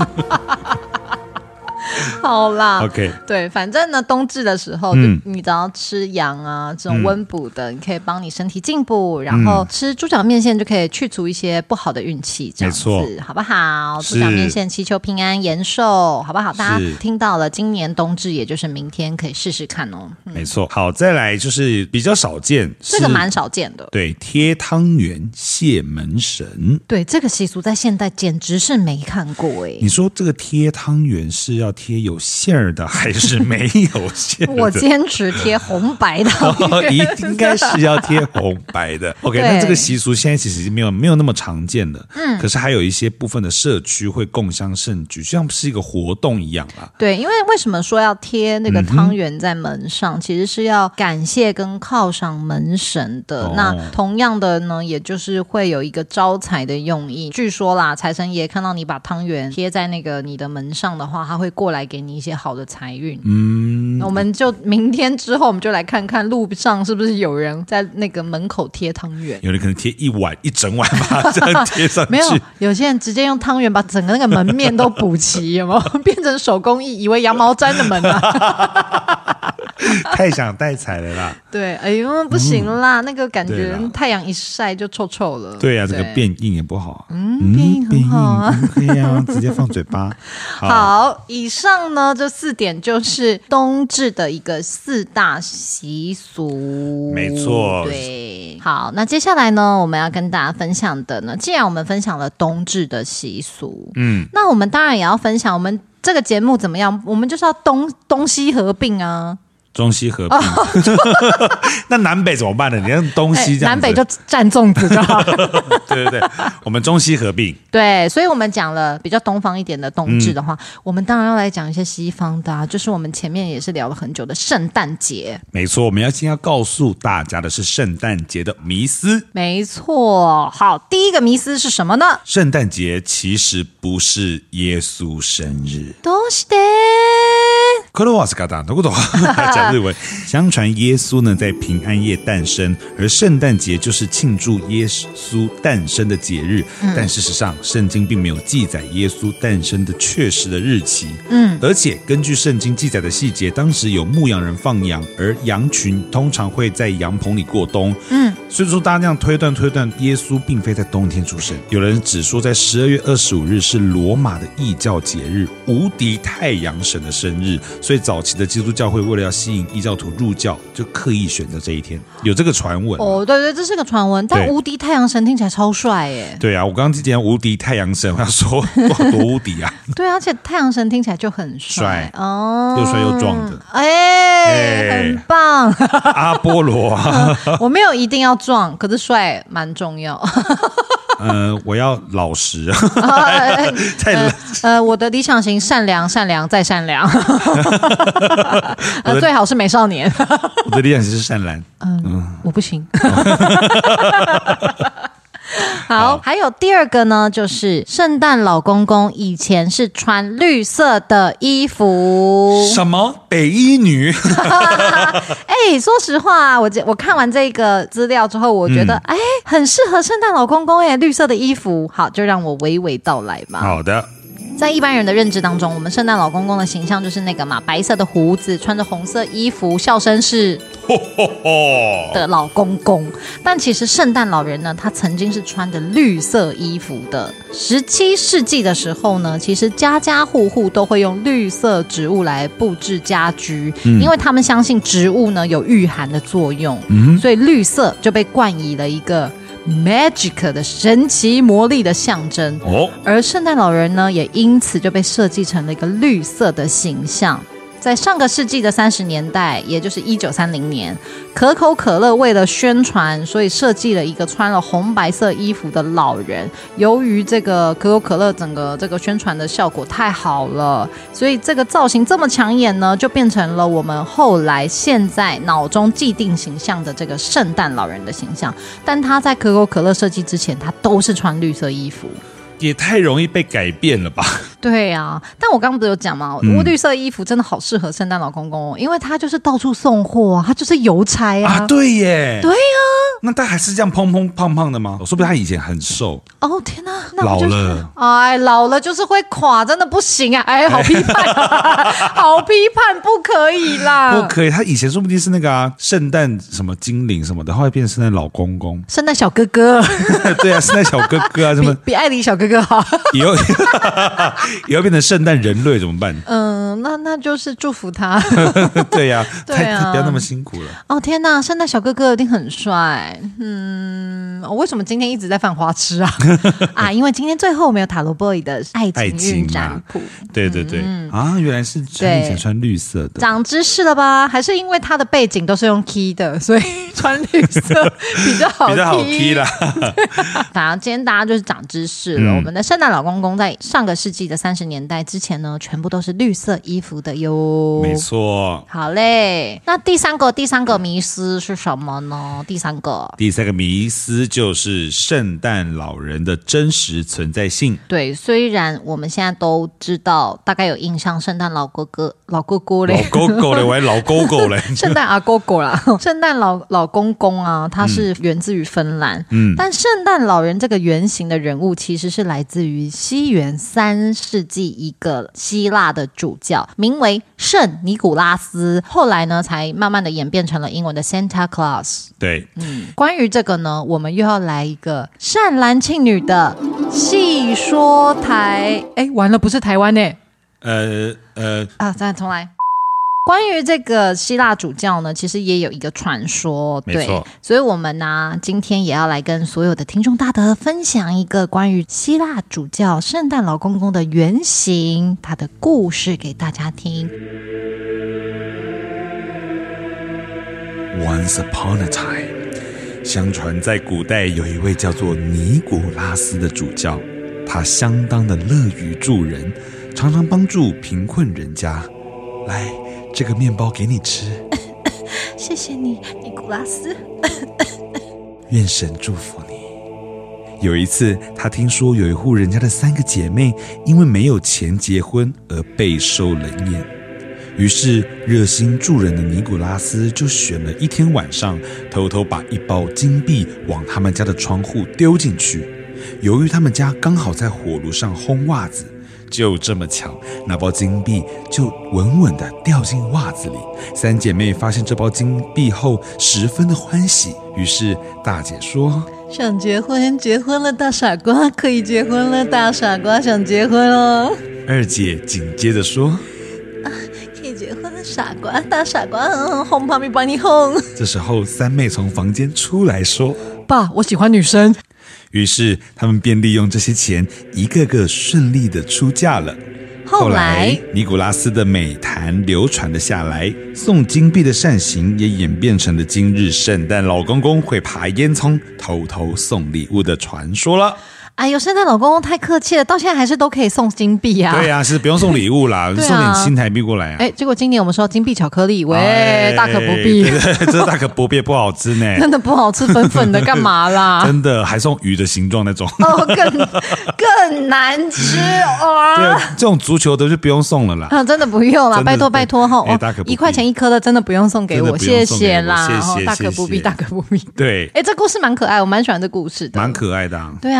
好啦 ，OK， 对，反正呢，冬至的时候，嗯、你只要吃羊啊这种温补的，嗯、你可以帮你身体进补，然后吃猪脚面线就可以去除一些不好的运气，这样子，没错，好不好？猪脚面线祈求平安延寿，好不好？大家听到了，今年冬至，也就是明天，可以试试看哦。 嗯、没错，好，再来就是比较少见， 这个蛮少见的， 对，贴汤圆谢门神， 对，这个习俗在现代简直是没看过哎。 你说这个贴汤圆是要贴有馅儿的还是没有馅的？ 我坚持贴红白的、哦， 应该是要贴红白的。OK， 那这个习俗现在其实没有没有那么常见的，嗯，可是还有一些部分的社区会共襄盛举，就像是一个活动一样啦。 对，因为为什么说要贴那个汤圆在门上，嗯、其实是要感谢跟犒赏门神的。哦、那同样的呢，也就是会有一个招财的用意。据说啦，财神爷看到你把汤圆贴在那个你的门上的话，他会过来给你一些好的财运。嗯，我们就明天之后，我们就来看看路上是不是有人在那个门口贴汤圆。 有人可能贴一碗一整碗把它这样贴上去。 没有，有些人直接用汤圆把整个那个门面都补齐，有没有？变成手工艺，以为羊毛毡的门啊。 太想带彩了啦。 对，哎呦，不行啦，嗯、那个感觉太阳一晒就臭臭了。 对啊，这个变硬也不好、啊。 嗯，变硬很好啊， 可以啊，直接放嘴巴。 好, 好，以上呢这四点就是冬至的一个四大习俗。 没错， 对。好，那接下来呢，我们要跟大家分享的呢，既然我们分享了冬至的习俗，嗯，那我们当然也要分享我们这个节目怎么样？我们就是要东东西合并啊。 中西合并，哦、那南北怎么办呢？你看东西这样子、 欸，南北就蘸粽子就好。 对对对，我们中西合并。 对，所以我们讲了比较东方一点的冬至的话，嗯、我们当然要来讲一些西方的、啊，就是我们前面也是聊了很久的圣诞节。 没错，我们要先要告诉大家的是圣诞节的迷思。 没错，好，第一个迷思是什么呢？ 圣诞节其实不是耶稣生日。 どうして？ これは是干嘛？どういうこと？讲日文。相传耶稣呢在平安夜诞生，而圣诞节就是庆祝耶稣诞生的节日。嗯、但事实上，圣经并没有记载耶稣诞生的确实的日期。嗯，而且根据圣经记载的细节，当时有牧羊人放羊，而羊群通常会在羊棚里过冬。嗯，所以说大家这样推断推断，耶稣并非在冬天出生。有人只说在十二月二十五日是罗马的异教节日，无敌太阳神的生日。所以早期的基督教会为了要吸引异教徒入教，就刻意选择这一天，有这个传闻。 哦，对对，这是个传闻，但无敌太阳神听起来超帅耶。 对啊，我刚刚之前无敌太阳神，我要说多多无敌啊。 对啊，而且太阳神听起来就很帅哦，又帅又壮的， 哎、欸，欸、很棒。 阿波罗啊、 呃，我没有一定要壮，可是帅蛮重要。 呃，我要老实， 呃、太呃, 呃，我的理想型善良，善良再善良，呃，最好是美少年。 我的理想型是善良， 嗯，嗯我不行。好, 好，还有第二个呢，就是圣诞老公公以前是穿绿色的衣服。 什么北一女？ 哎、欸，说实话，我我看完这个资料之后，我觉得哎、嗯欸，很适合圣诞老公公哎，绿色的衣服。好，就让我娓娓道来吧。 好的。 在一般人的认知当中，我们圣诞老公公的形象就是那个嘛，白色的胡子，穿着红色衣服，笑声是的老公公。但其实圣诞老人呢，他曾经是穿着绿色衣服的。十七世纪的时候呢，其实家家户户都会用绿色植物来布置家居，嗯、因为他们相信植物呢有御寒的作用，嗯、所以绿色就被冠以了一个magic 的神奇魔力的象征。哦，而圣诞老人呢，也因此就被设计成了一个绿色的形象。在上个世纪的三十年代，也就是一九三零年，可口可乐为了宣传，所以设计了一个穿了红白色衣服的老人。由于这个可口可乐整个这个宣传的效果太好了，所以这个造型这么抢眼呢，就变成了我们后来现在脑中既定形象的这个圣诞老人的形象。但他在可口可乐设计之前，他都是穿绿色衣服。 也太容易被改变了吧？ 对啊，但我刚刚不是有讲吗？嗯、绿色衣服真的好适合圣诞老公公哦，因为他就是到处送货啊，他就是邮差啊。 啊，对耶， 对呀、啊。 那他还是这样胖胖胖胖的吗？说不定他以前很瘦。 哦天哪，那老了， 哎，老了就是会垮，真的不行啊！哎，好批判、啊，好批判，不可以啦， 不可以。他以前说不定是那个啊，圣诞什么精灵什么的，后来变成圣诞老公公、 圣诞小哥哥。对啊，圣诞小哥哥啊，什么比, 比艾迪小哥哥好。 以后以后变成圣诞人类怎么办？ 嗯，那那就是祝福他。 对呀、啊， 对啊， 不要那么辛苦了。 哦天哪，圣诞小哥哥一定很帅。嗯，我为什么今天一直在犯花痴啊？啊，因为今天最后我们有塔罗 boy 的爱情运占卜。 对对对、嗯，啊，原来是穿以前穿绿色的， 长知识了吧？还是因为他的背景都是用 key 的，所以穿绿色比较好 key， 比较好 key 啦。 反正今天大家就是长知识了。嗯、我们的圣诞老公公在上个世纪的三十年代之前呢，全部都是绿色衣服的哟。 没错。 好嘞，那第三个第三个迷思是什么呢？第三个， 第三个迷思就是圣诞老人的真实存在性。 对，虽然我们现在都知道，大概有印象，圣诞老哥哥、老哥哥嘞， 老哥哥嘞，我还老哥哥嘞， 圣诞阿哥哥啦，圣诞老老公公啊，他是源自于芬兰，嗯，但圣诞老人这个原型的人物其实是来自于西元三世纪一个希腊的主教，名为圣尼古拉斯，后来呢才慢慢的演变成了英文的 Santa Claus。 对， 嗯，关于这个呢，我们又要来一个善男信女的细说台。哎，完了，不是台湾呢。 呃呃啊，再重来。关于这个希腊主教呢，其实也有一个传说，对，所以我们呢今天也要来跟所有的听众大德分享一个关于希腊主教圣诞老公公的原型，他的故事给大家听。 Once upon a time， 相传在古代有一位叫做尼古拉斯的主教，他相当的乐于助人，常常帮助贫困人家。来，这个面包给你吃。 谢谢你，尼古拉斯。 愿神祝福你。有一次，他听说有一户人家的三个姐妹因为没有钱结婚而备受冷眼，于是热心助人的尼古拉斯就选了一天晚上，偷偷把一包金币往他们家的窗户丢进去。由于他们家刚好在火炉上烘袜子，就这么巧，那包金币就稳稳地掉进袜子里。三姐妹发现这包金币后十分的欢喜，于是大姐说： 想结婚结婚了，大傻瓜可以结婚了，大傻瓜想结婚了。 二姐紧接着说： 啊，可以结婚了，傻瓜大傻瓜，嗯，哄爸咪把你哄。 这时候三妹从房间出来说： 爸，我喜欢女生。 于是他们便利用这些钱，一个个顺利的出嫁了。 后来尼古拉斯的美谈流传了下来，送金币的善行也演变成了今日圣诞老公公会爬烟囱偷偷送礼物的传说了。 哎呦，圣诞老公公太客气了，到现在还是都可以送金币啊。 对啊，是不用送礼物啦，啊、送点新台币过来啊。 哎，结果今年我们收到金币巧克力，喂，哎、大可不必。 对对，这大可不必，不好吃呢。 真的不好吃，粉粉的，干嘛啦？ 真的，还送鱼的形状那种。 哦，更更难吃哇！ 对，这种足球的就不用送了啦。 啊，真的不用啦，拜托拜托哈！ 哦， 一块钱一颗的真的不用送给我，谢谢啦， 谢谢， 大可不必，大可不必。 对， 哎，这故事蛮可爱，我蛮喜欢这故事的， 蛮可爱的、啊。 对啊，而且想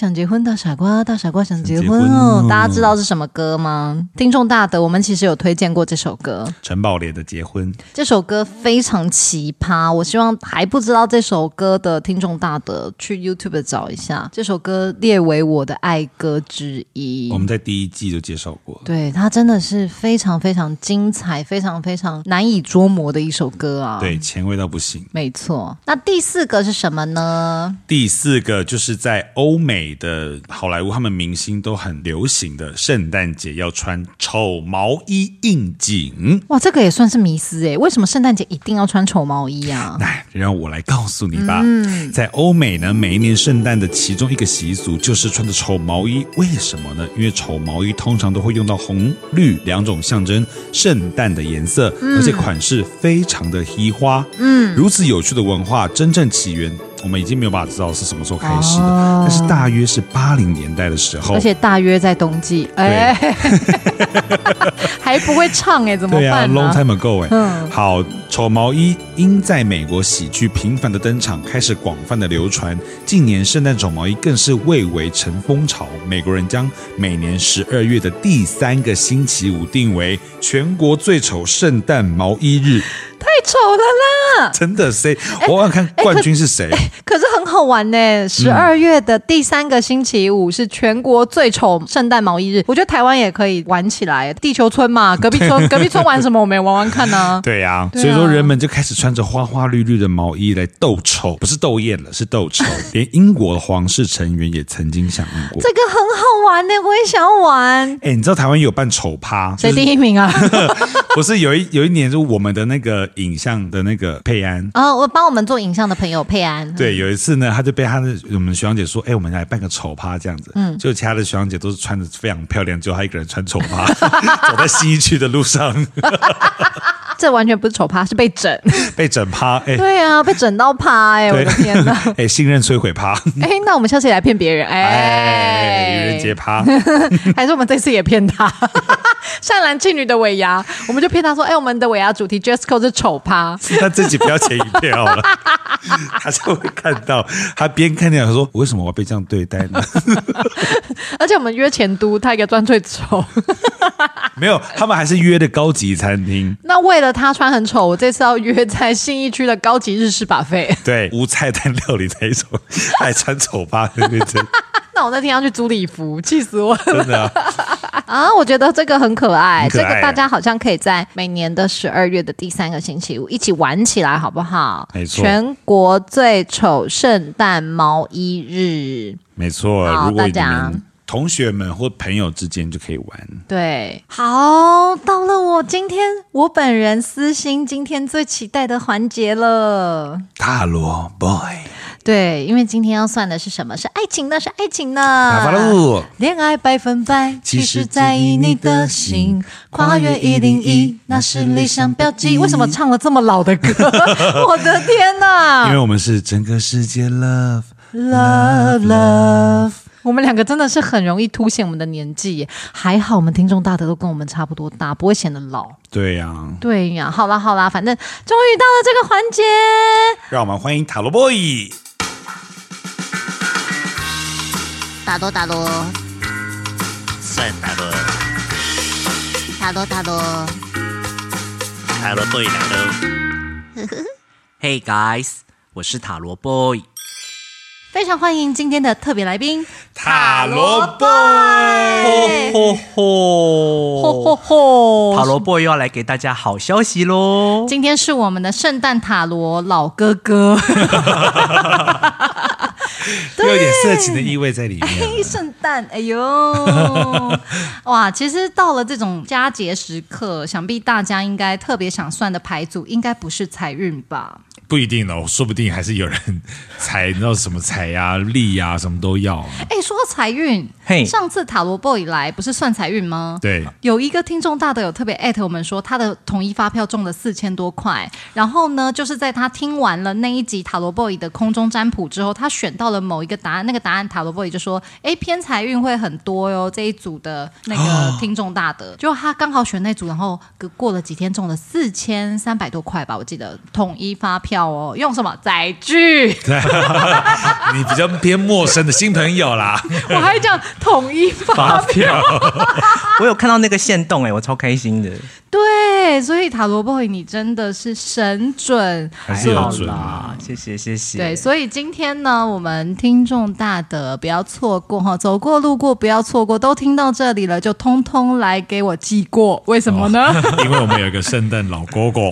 想结婚，大傻瓜，大傻瓜想结婚哦。大家知道是什么歌吗？听众大德，我们其实有推荐过这首歌， 陈宝莲的结婚。 这首歌非常奇葩，我希望还不知道这首歌的听众大德去 YouTube 找一下，这首歌列为我的爱歌之一。 我们在第一季就介绍过， 对，它真的是非常非常精彩，非常非常难以捉摸的一首歌啊。 对，前卫到不行。 没错。那第四个是什么呢？ 第四个就是在欧美的好莱坞，他们明星都很流行的圣诞节要穿丑毛衣应景。 哇，这个也算是迷思耶，为什么圣诞节一定要穿丑毛衣啊？ 来，让我来告诉你吧。 嗯， 在欧美呢，每一年圣诞的其中一个习俗就是穿着丑毛衣。为什么呢？因为丑毛衣通常都会用到红绿两种象征圣诞的颜色，嗯，而且款式非常的稀花。嗯，如此有趣的文化，真正起源我们已经没有办法知道是什么时候开始的，哦，但是大约是八零年代的时候， 而且大约在冬季，哎，还不会唱哎，怎么办，啊？ 对啊 ，Long time ago 哎，嗯，好，丑毛衣因在美国喜剧频繁的登场，开始广泛的流传。近年圣诞丑毛衣更是蔚为成风潮，美国人将每年十二月的第三个星期五定为全国最丑圣诞毛衣日。 太丑了啦！ 真的谁？我想看冠军是谁。 可, 可是很好玩呢。十二月的第三个星期五是全国最丑圣诞毛衣日，我觉得台湾也可以玩起来。地球村嘛，隔壁村隔壁村玩什么？我们也玩玩看啊。 对呀，啊，所以说人们就开始穿着花花绿绿的毛衣来斗丑，不是斗艳了，是斗丑。连英国的皇室成员也曾经响应过。 这个很好玩呢，我也想要玩。 哎，你知道台湾也有办丑趴？ 谁第一名啊？ 不是有一有一年，就我们的那个影像的那个佩安哦，我帮我们做影像的朋友佩安， 对，有一次呢，他就被他的我们学长姐说，哎，我们来办个丑趴这样子，嗯，就其他的学长姐都是穿的非常漂亮，只有他一个人穿丑趴，走在信义区的路上。 这完全不是丑趴，是被整， 被整趴，哎， 对啊，被整到趴，哎，我的天哪， 哎，信任摧毁趴， 哎，那我们下次也来骗别人，哎， 愚人节趴， 还是我们这次也骗他。善男信女的尾牙，我们就骗他说，哎，我们的尾牙主题 dress code 是丑趴， 那自己不要剪影片好了，他就会看到，他边看见他说，为什么我要被这样对待呢？ 而且我们约前都，他一个专最丑。 没有，他们还是约的高级餐厅。 那为了他穿很丑，我这次要约在信义区的高级日式buffet。 对，无菜单料理那一种，还穿丑趴那边真。 那我那天要去租礼服，气死我了！ 真的啊， 啊我觉得这个很可爱， 很可爱这个大家好像可以在每年的十二月的第三个星期五一起玩起来，好不好？ 没错， 全国最丑圣诞毛衣日， 没错。如果你们同学们或朋友之间就可以玩。对， 好，到了我今天我本人私心今天最期待的环节了， 塔罗 boy。 对，因为今天要算的是什么？是爱情呢？是爱情呢？ 打发路， 恋爱百分百，其实在意你的心，跨越一零一，那是理想标记。为什么唱了这么老的歌？我的天哪！ 因为我们是整个世界 love love love。我们两个真的是很容易凸显我们的年纪耶，还好我们听众大德都跟我们差不多大，不会显得老。 对呀、啊， 对呀，好啦好啦，反正终于到了这个环节， 让我们欢迎塔罗 boy。 塔罗塔罗， 算塔罗， 塔罗塔罗， 塔罗 boy 来喽！Hey guys， 我是塔罗 boy。 非常欢迎今天的特别来宾塔罗 boy， 吼吼吼吼吼！ 塔罗 boy 要来给大家好消息喽！ 今天是我们的圣诞塔罗老哥哥。 有点色情的意味在里面。 哎，圣诞，哎呦，哇！其实到了这种佳节时刻，想必大家应该特别想算的牌组，应该不是财运吧？ 不一定哦，说不定还是有人财，你知道什么财呀、利呀，什么都要。 哎，说到财运， 嘿， 上次塔罗 boy 来不是算财运吗？ 对， 有一个听众大德有特别艾特我们说，他的统一发票中了四千多块。然后呢，就是在他听完了那一集塔罗 boy 的空中占卜之后，他选到了某一个答案，那个答案塔罗 boy 就说，哎，偏财运会很多哟。这一组的那个听众大德，就他刚好选那组，然后过了几天中了四千三百多块吧，我记得统一发票。 票哦，用什么载具？ 你比较偏陌生的新朋友啦。 我还讲统一发票， 我有看到那个限动哎，我超开心的。 对，所以塔罗 boy 你真的是神准， 还是有准啊！ 谢谢谢谢。 对，所以今天呢，我们听众大德不要错过哈，走过路过不要错过，都听到这里了，就通通来给我记过。为什么呢？ 哦、因为我们有一个圣诞老哥哥。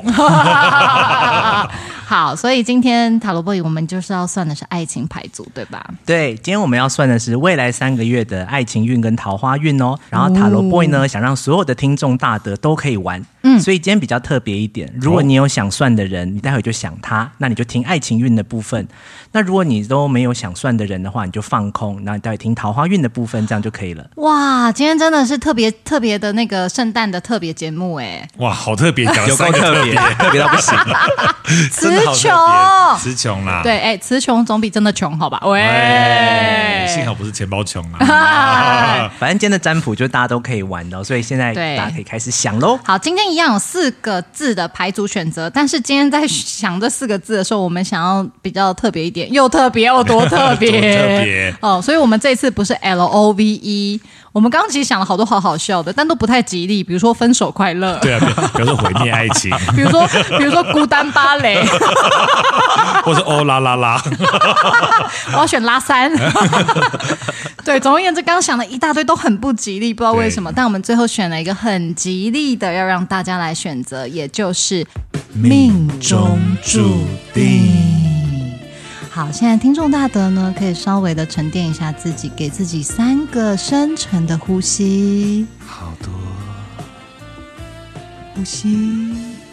好，所以今天塔罗 boy 我们就是要算的是爱情牌组，对吧？ 对，今天我们要算的是未来三个月的爱情运跟桃花运哦。然后塔罗 boy 呢，想让所有的听众大德都可以玩，嗯，所以今天比较特别一点。如果你有想算的人，你待会就想他，那你就听爱情运的部分。那如果你都没有想算的人的话，你就放空，然后你待会听桃花运的部分，这样就可以了。 哇，今天真的是特别特别的那个圣诞的特别节目哎！ 哇，好特别，讲有够特别，特别到不行。 词穷， 词穷啦。 对，哎，词穷总比真的穷好吧？喂， 幸好不是钱包穷啦。 反正今天的占卜就大家都可以玩的、哦，所以现在大家可以开始想喽。 好，今天一样有四个字的牌组选择，但是今天在想这四个字的时候，我们想要比较特别一点，又特别又多特别， 多特别哦，所以我们这次不是 L O V E。我们刚刚其实想了好多好好笑的，但都不太吉利，比如说分手快乐， 对啊，比如说毁灭爱情， 比如说比如说孤单芭蕾， 或是欧啦啦啦， 我要选拉三。对，总而言之，刚刚想的一大堆都很不吉利，不知道为什么，但我们最后选了一个很吉利的，要让大家来选择，也就是命中注定。好，现在听众大德呢，可以稍微的沉淀一下自己，给自己三个深沉的呼吸， 好多呼吸。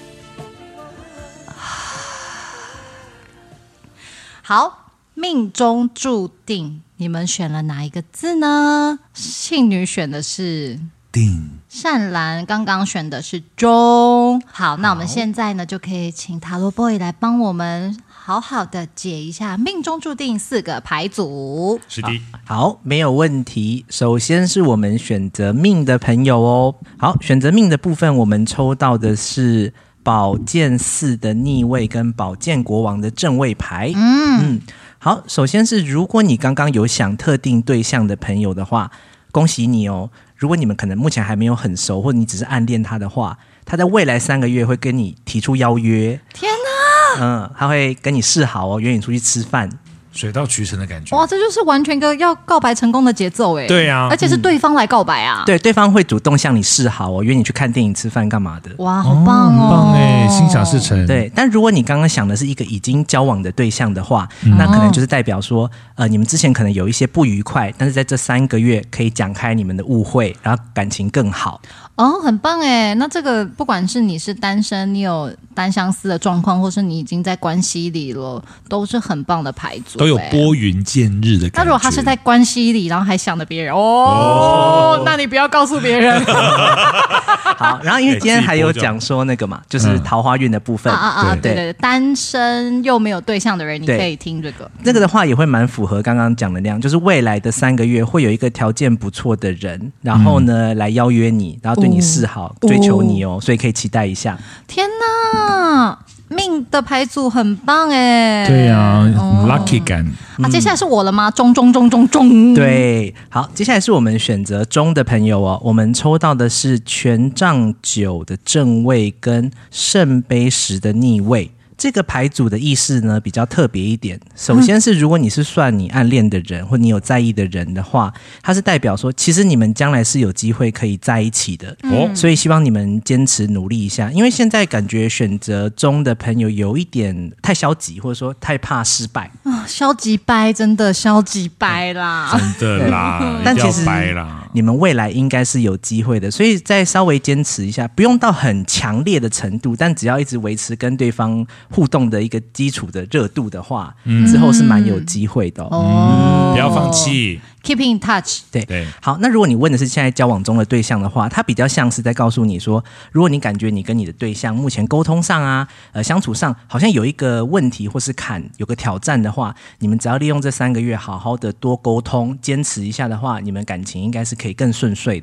好，命中注定，你们选了哪一个字呢？庆女选的是定， 善兰刚刚选的是中。好，那我们现在呢，就可以请塔罗 boy 来帮我们好好的解一下命中注定四个牌组。 是的， 好，没有问题。首先是我们选择命的朋友哦。好，选择命的部分，我们抽到的是宝剑四的逆位跟宝剑国王的正位牌。嗯嗯，好，首先是如果你刚刚有想特定对象的朋友的话，恭喜你哦。如果你们可能目前还没有很熟，或者你只是暗恋他的话，他在未来三个月会跟你提出邀约。 天哪！ 嗯，他会跟你示好哦，约你出去吃饭。 水到渠成的感觉。 哇，这就是完全一个要告白成功的节奏哎！ 对啊， 而且是对方来告白啊！ 对，对方会主动向你示好哦，约你去看电影、吃饭干嘛的。 哇，好棒哦！ 很棒哎，心想事成。 对，但如果你刚刚想的是一个已经交往的对象的话，嗯、那可能就是代表说，呃，你们之前可能有一些不愉快，但是在这三个月可以讲开你们的误会，然后感情更好。 哦，很棒哎！那这个不管是你是单身，你有单相思的状况，或是你已经在关系里了，都是很棒的牌组， 都有拨云见日的感觉。 那如果他是在关系里，然后还想着别人，哦，哦那你不要告诉别人。 好，然后因为今天还有讲说那个嘛，就是桃花运的部分、 嗯、啊啊啊，对对对，单身又没有对象的人，你可以听这个。 这个的话也会蛮符合刚刚讲的那样，就是未来的三个月会有一个条件不错的人，然后呢、嗯、来邀约你，然后对你示好、哦、追求你哦，所以可以期待一下。 天哪！命的牌组很棒哎， 对啊、哦、，lucky 感啊！接下来是我了吗？中中中中中， 对，好，接下来是我们选择中的朋友哦。我们抽到的是权杖九的正位跟圣杯十的逆位。这个牌组的意思呢比较特别一点。首先是如果你是算你暗恋的人或你有在意的人的话，它是代表说其实你们将来是有机会可以在一起的、嗯、所以希望你们坚持努力一下。因为现在感觉选择中的朋友有一点太消极，或者说太怕失败、 哦、消极掰，真的消极掰啦， 真的啦但其实掰啦， 你们未来应该是有机会的，所以再稍微坚持一下，不用到很强烈的程度，但只要一直维持跟对方互动的一个基础的热度的话、嗯、之后是蛮有机会的 哦, 哦、 嗯、不要放弃， keep in touch。 对对， 好，那如果你问的是现在交往中的对象的话，他比较像是在告诉你说，如果你感觉你跟你的对象目前沟通上啊呃相处上好像有一个问题或是坎，有个挑战的话，你们只要利用这三个月好好的多沟通，坚持一下的话，你们感情应该是可以更顺遂的。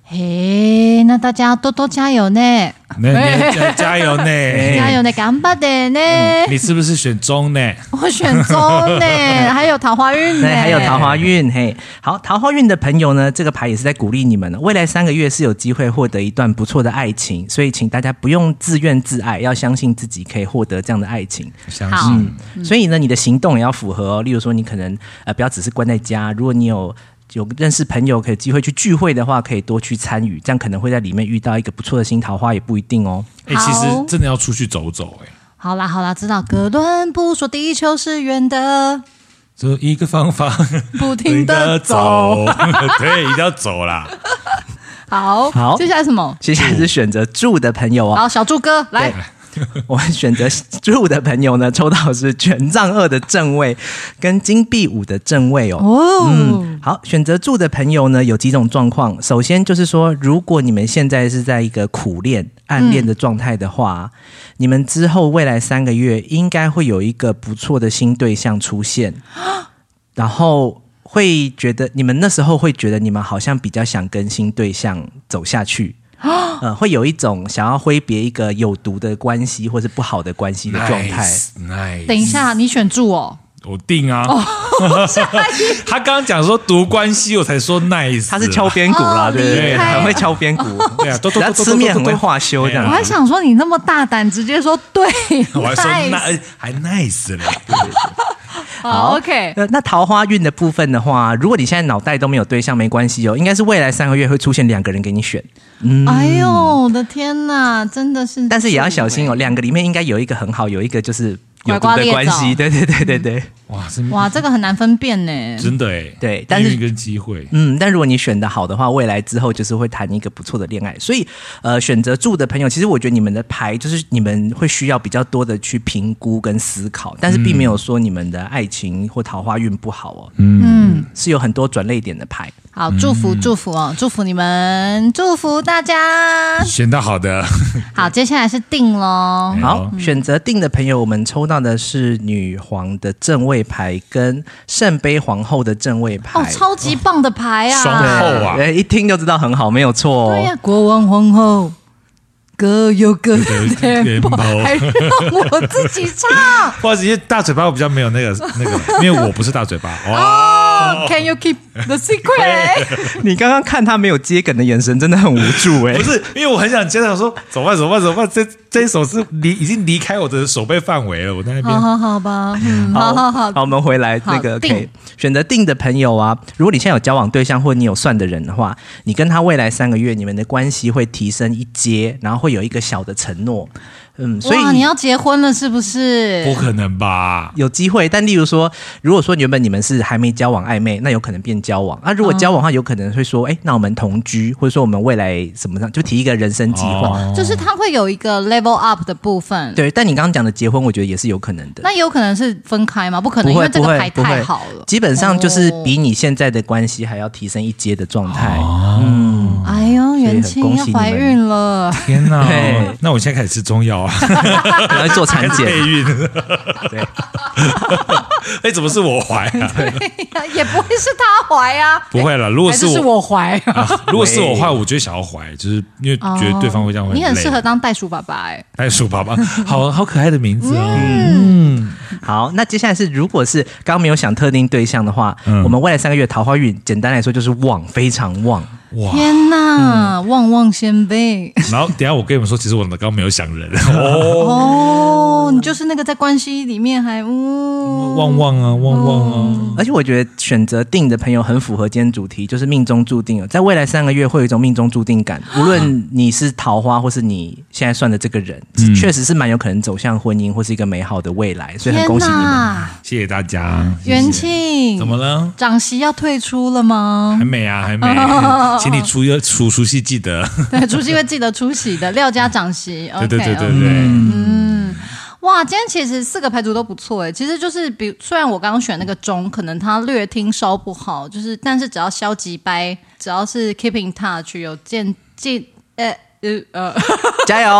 嘿，那大家多多加油呢！ 那你加油呢， 加油呢，干巴的呢、 嗯！你是不是选中呢？ 我选中呢，还有桃花运呢， 对，还有桃花运。嘿，好，桃花运的朋友呢，这个牌也是在鼓励你们的，未来三个月是有机会获得一段不错的爱情，所以请大家不用自怨自艾，要相信自己可以获得这样的爱情。 相信。 嗯、所以呢，你的行动也要符合哦。例如说，你可能呃不要只是关在家，如果你有。有认识朋友可以机会去聚会的话，可以多去参与，这样可能会在里面遇到一个不错的新桃花，也不一定哦。 哎、欸，其实真的要出去走走、欸，哎。 好啦好啦，知道哥伦布说地球是圆的， 这一个方法， 不停的走， 对，一定要走啦。 好，好，接下来什么？ 接下来是选择住的朋友哦。 好，小猪哥来。 我们选择住的朋友呢，抽到的是权杖二的正位跟金币五的正位哦。哦，嗯，好，选择住的朋友呢，有几种状况。首先就是说，如果你们现在是在一个苦恋、暗恋的状态的话，嗯、你们之后未来三个月应该会有一个不错的新对象出现，然后会觉得你们那时候会觉得你们好像比较想跟新对象走下去。呃，会有一种想要挥别一个有毒的关系或是不好的关系的状态。 Nice, nice. 等一下，你选住哦。 我定啊！哦、他刚刚讲说毒关系，我才说 nice。 他是敲边鼓啦，哦、对不对？很会敲边鼓，对啊，都都吃面很会画修这样。 我还想说你那么大胆，直接说对， 我还说那还 nice 嘞。对对对好 OK， 那那桃花运的部分的话，如果你现在脑袋都没有对象，没关系哦，应该是未来三个月会出现两个人给你选。 嗯、哎呦，我的天哪，真的是！ 但是也要小心哦，两个里面应该有一个很好，有一个就是有毒的关系。对对对对对， 哇， 哇，这个很难分辨呢。 真的哎， 对，但是一个机会， 嗯，但如果你选的好的话，未来之后就是会谈一个不错的恋爱。所以，呃，选择住的朋友，其实我觉得你们的牌就是你们会需要比较多的去评估跟思考，但是并没有说你们的爱情或桃花运不好哦。嗯，是有很多转捩点的牌。 好，祝福祝福哦，祝福你们，祝福大家选到好的。 好，接下来是定咯。 好，选择定的朋友，我们抽到的是女皇的正位牌跟圣杯皇后的正位牌。 哦，超级棒的牌啊！ 双后啊， 一听就知道很好，没有错哦。 对呀、啊，国王皇后。各有各的 tempo， 还让我自己唱。 不好意思，因为大嘴巴我比较没有那个那个，因为我不是大嘴巴。 哦、oh, ，Can you keep the secret？ 你刚刚看他没有接梗的眼神，真的很无助哎、欸。 不是，因为我很想接他说怎么办怎么办怎么办，这这一首是离已经离开我的手背范围了，我在那边。 好好好吧，嗯，好好好。 好，我们回来那个可以选择定的朋友啊，如果你现在有交往对象或你有算的人的话，你跟他未来三个月你们的关系会提升一阶，然后会有一个小的承诺，嗯，所以哇，你要结婚了是不是？ 不可能吧？ 有机会，但例如说，如果说原本你们是还没交往暧昧，那有可能变交往。那、啊、如果交往的话，有可能会说，哎、欸，那我们同居，或者说我们未来什么样，就提一个人生计划、 哦，就是它会有一个 level up 的部分。 对，但你刚刚讲的结婚，我觉得也是有可能的。 那有可能是分开吗？不可能，因为这个牌太好了。 基本上就是比你现在的关系还要提升一阶的状态。哦、嗯， 哎呦，元庆要怀孕了！ 天哪！那我现在开始吃中药啊， 然后做产检备孕。 对， 哎、欸，怎么是我怀啊？ 对呀，也不会是他怀啊。 不会了，如果是我， 是我怀、啊啊。如果是我怀，我就会想要怀，就是因为觉得对方会这样会、哦。 你很适合当袋鼠爸爸哎、欸， 袋鼠爸爸，好好可爱的名字哦。 嗯，嗯好，那接下来是，如果是刚刚没有想特定对象的话，嗯、我们未来三个月桃花运，简单来说就是旺，非常旺。 哇天哪，嗯、旺旺仙贝。 然后等一下我跟你们说，其实我刚刚没有想人哦。哦，你就是那个在关系里面还嗯旺旺啊，旺旺啊、哦。 而且我觉得选择定的朋友很符合今天主题，就是命中注定了，在未来三个月会有一种命中注定感。无论你是桃花，或是你现在算的这个人，嗯、确实是蛮有可能走向婚姻或是一个美好的未来，所以很恭喜你们， 谢谢大家。 元庆， 怎么了？ 长媳要退出了吗？ 还没啊，还没。请你出出除夕记得， 对，除夕会记得出席的廖家长媳。 对对对对对， 嗯，哇，今天其实四个牌组都不错哎，其实就是比虽然我刚刚选那个钟，可能他略听稍不好，就是但是只要消极掰，只要是 keep in touch， 有见见呃呃呃， 加油！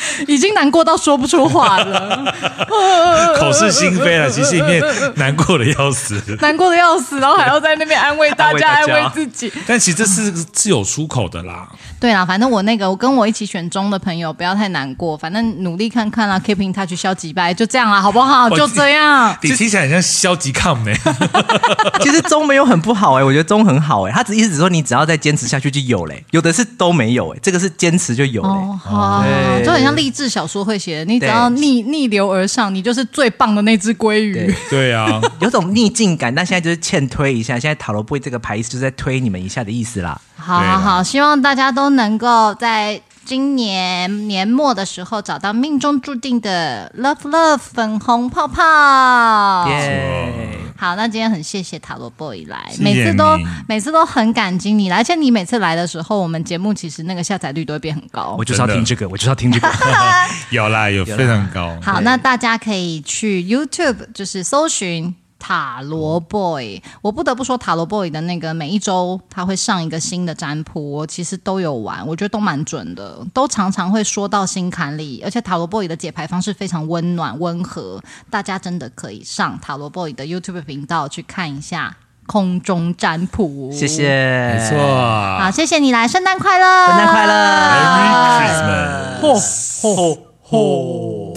已经难过到说不出话了， 口是心非了，其实里面难过的要死， 难过的要死，然后还要在那边安慰大家，安慰自己。 但其实这是是有出口的啦。 对啦，反正我那个我跟我一起选中的朋友不要太难过，反正努力看看啦 ，keep in touch， 消极掰，就这样啦，好不好？就这样。 你听起来很像消极抗呢。 其实钟没有很不好哎、欸，我觉得钟很好哎、欸，他只意思是说你只要再坚持下去就有嘞、欸，有的是都没有哎、欸，这个是坚持就有嘞、欸。 哦，好，就很像励志小说会写的，你只要逆逆流而上，你就是最棒的那只鲑鱼。 对, 对啊， 有种逆境感，但现在就是欠推一下。现在塔罗杯这个牌就是在推你们一下的意思啦。 好好好，希望大家都能够在今年年末的时候找到命中注定的 love love 粉红泡泡。 耶、 yeah 好，那今天很谢谢塔罗 boy 来， 谢谢每次都你每次都很感激你来，而且你每次来的时候，我们节目其实那个下载率都会变很高。 我就是要听这个，我就是要听这个。 有啦，有非常高。 好，那大家可以去 YouTube 就是搜寻塔罗 boy。我不得不说，塔罗 boy 的那个每一周他会上一个新的占卜，我其实都有玩，我觉得都蛮准的，都常常会说到心坎里。而且塔罗 boy 的解牌方式非常温暖温和，大家真的可以上塔罗 boy 的 YouTube 频道去看一下空中占卜。 谢谢， 没错。 好，谢谢你来，圣诞快乐， 圣诞快乐 ，Merry Christmas， 吼吼吼！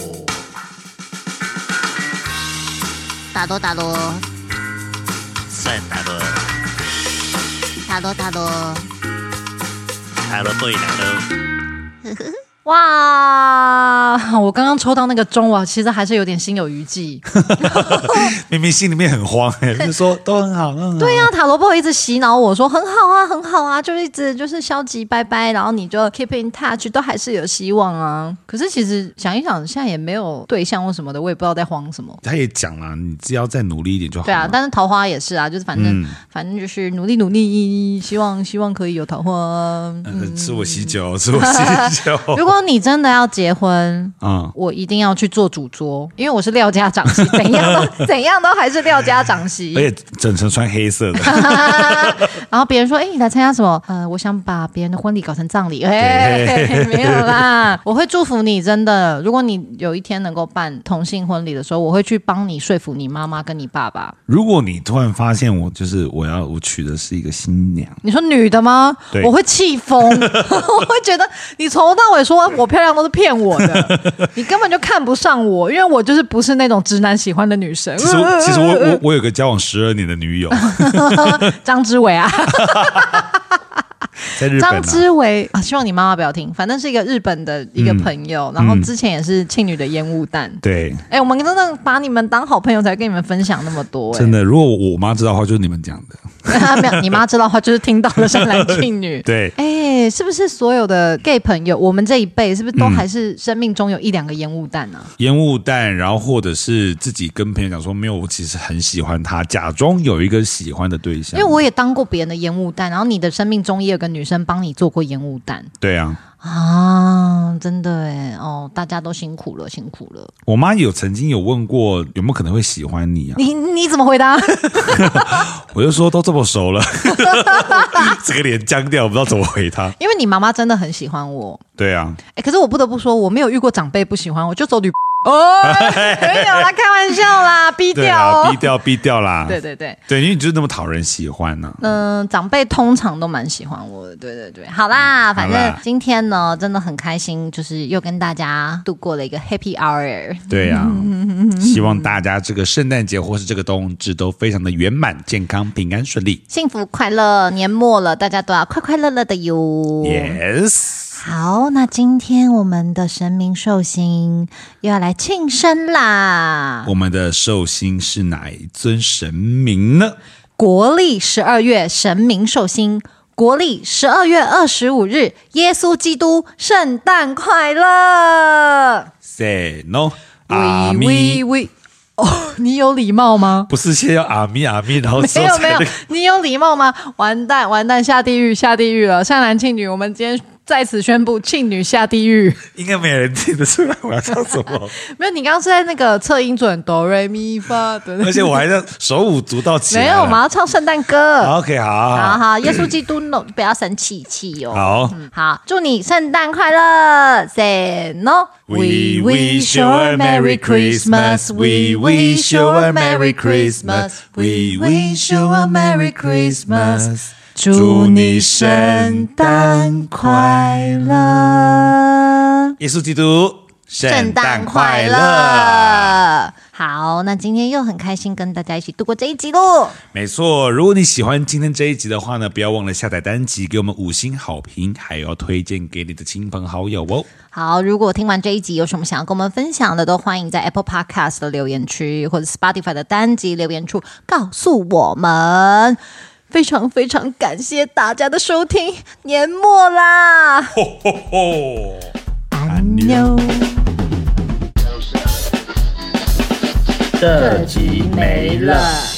打罗打罗算塔罗， 打罗打罗， 塔罗对来了。 哇！我刚刚抽到那个钟，我其实还是有点心有余悸。 明明心里面很慌哎、欸，就说都很好，很好。 对呀、啊，塔罗波一直洗脑我说很好啊，很好啊，就一直就是消极拜拜，然后你就 keep in touch， 都还是有希望啊。可是其实想一想，现在也没有对象或什么的，我也不知道在慌什么。 他也讲了，你只要再努力一点就好了。 对啊，但是桃花也是啊，就是反正、 嗯、 反正就是努力努力，希望希望可以有桃花。 嗯，吃我喜酒，吃我喜酒。 如果你真的要结婚， 嗯， 我一定要去做主桌，因为我是廖家长媳，怎样都怎样都还是廖家长媳， 而且整成穿黑色的。 然后别人说：“哎、欸，你来参加什么？呃，我想把别人的婚礼搞成葬礼。哎”哎，没有啦，我会祝福你，真的。如果你有一天能够办同性婚礼的时候，我会去帮你说服你妈妈跟你爸爸。 如果你突然发现我就是我要我娶的是一个新娘， 你说女的吗？ 对， 我会气疯，我会觉得你从头到尾说我漂亮都是骗我的，你根本就看不上我，因为我就是不是那种直男喜欢的女生。 其实其实我我我有个交往十二年的女友， 张之伟啊。 在日本、啊、 张之伟啊，希望你妈妈不要听，反正是一个日本的一个朋友，嗯、然后之前也是庆女的烟雾弹。 对， 哎、欸，我们真的把你们当好朋友才跟你们分享那么多、欸。 真的，如果我妈知道的话，就是你们讲的。 没有，你妈知道的话，就是听到了善男信女。 对， 哎、欸，是不是所有的 gay 朋友，我们这一辈是不是都还是生命中有一两个烟雾弹呢、啊？ 烟雾弹，然后或者是自己跟朋友讲说，没有，我其实很喜欢他，假装有一个喜欢的对象。 因为我也当过别人的烟雾弹，然后你的生命中也有个女生帮你做过烟雾弹。 对啊。 啊，真的哎，哦，大家都辛苦了，辛苦了。 我妈有曾经有问过有没有可能会喜欢你啊？ 你你怎么回答？ 我就说都这么熟了，这个脸僵掉，我不知道怎么回她。 因为你妈妈真的很喜欢我。 对啊， 哎，可是我不得不说，我没有遇过长辈不喜欢我，就走女。哦，没有啦，开玩笑啦，逼掉、哦， 逼掉，逼掉啦。 对对对， 对，因为你就是那么讨人喜欢呢、啊。 嗯、呃，长辈通常都蛮喜欢我的。对对对，好啦，反正今天呢，真的很开心，就是又跟大家度过了一个 Happy Hour。 对呀、啊，希望大家这个圣诞节或是这个冬至都非常的圆满、健康、平安、顺利、 幸福快乐。年末了，大家都要快快乐乐的哟。 Yes。 好，那今天我们的神明寿星又要来庆生啦。 我们的寿星是哪一尊神明呢？ 国历十二月神明寿星，国历十二月二十五日，耶稣基督圣诞快乐。 Say no， 阿咪喂。哦，你有礼貌吗？ 不是先要阿咪阿咪，然后没有没有，你有礼貌吗？完蛋完蛋，下地狱下地狱了！善男信女，我们今天在此宣布庆女下地狱。 应该没有人听得出来我要唱什么。 没有，你刚刚是在那个测音准哆瑞咪发的， 而且我还在手舞足蹈起来。 没有，我们要唱圣诞歌。 OK， 好， 好好，耶稣基督不要生气气哦。 好， 嗯，好，祝你圣诞快乐 ，Say no。We wish you a Merry Christmas. We wish you a Merry Christmas. We wish you a Merry Christmas. 祝你圣诞快乐， 耶稣基督圣诞快乐。 好，那今天又很开心跟大家一起度过这一集喽。 没错，如果你喜欢今天这一集的话呢，不要忘了下载单集，给我们五星好评，还要推荐给你的亲朋好友哦。 好，如果听完这一集有什么想要跟我们分享的，都欢迎在 Apple Podcast 的留言区或者 Spotify 的单集留言处告诉我们。非常非常感谢大家的收听，年末啦！ 吼吼吼！ 安妞。这集没了。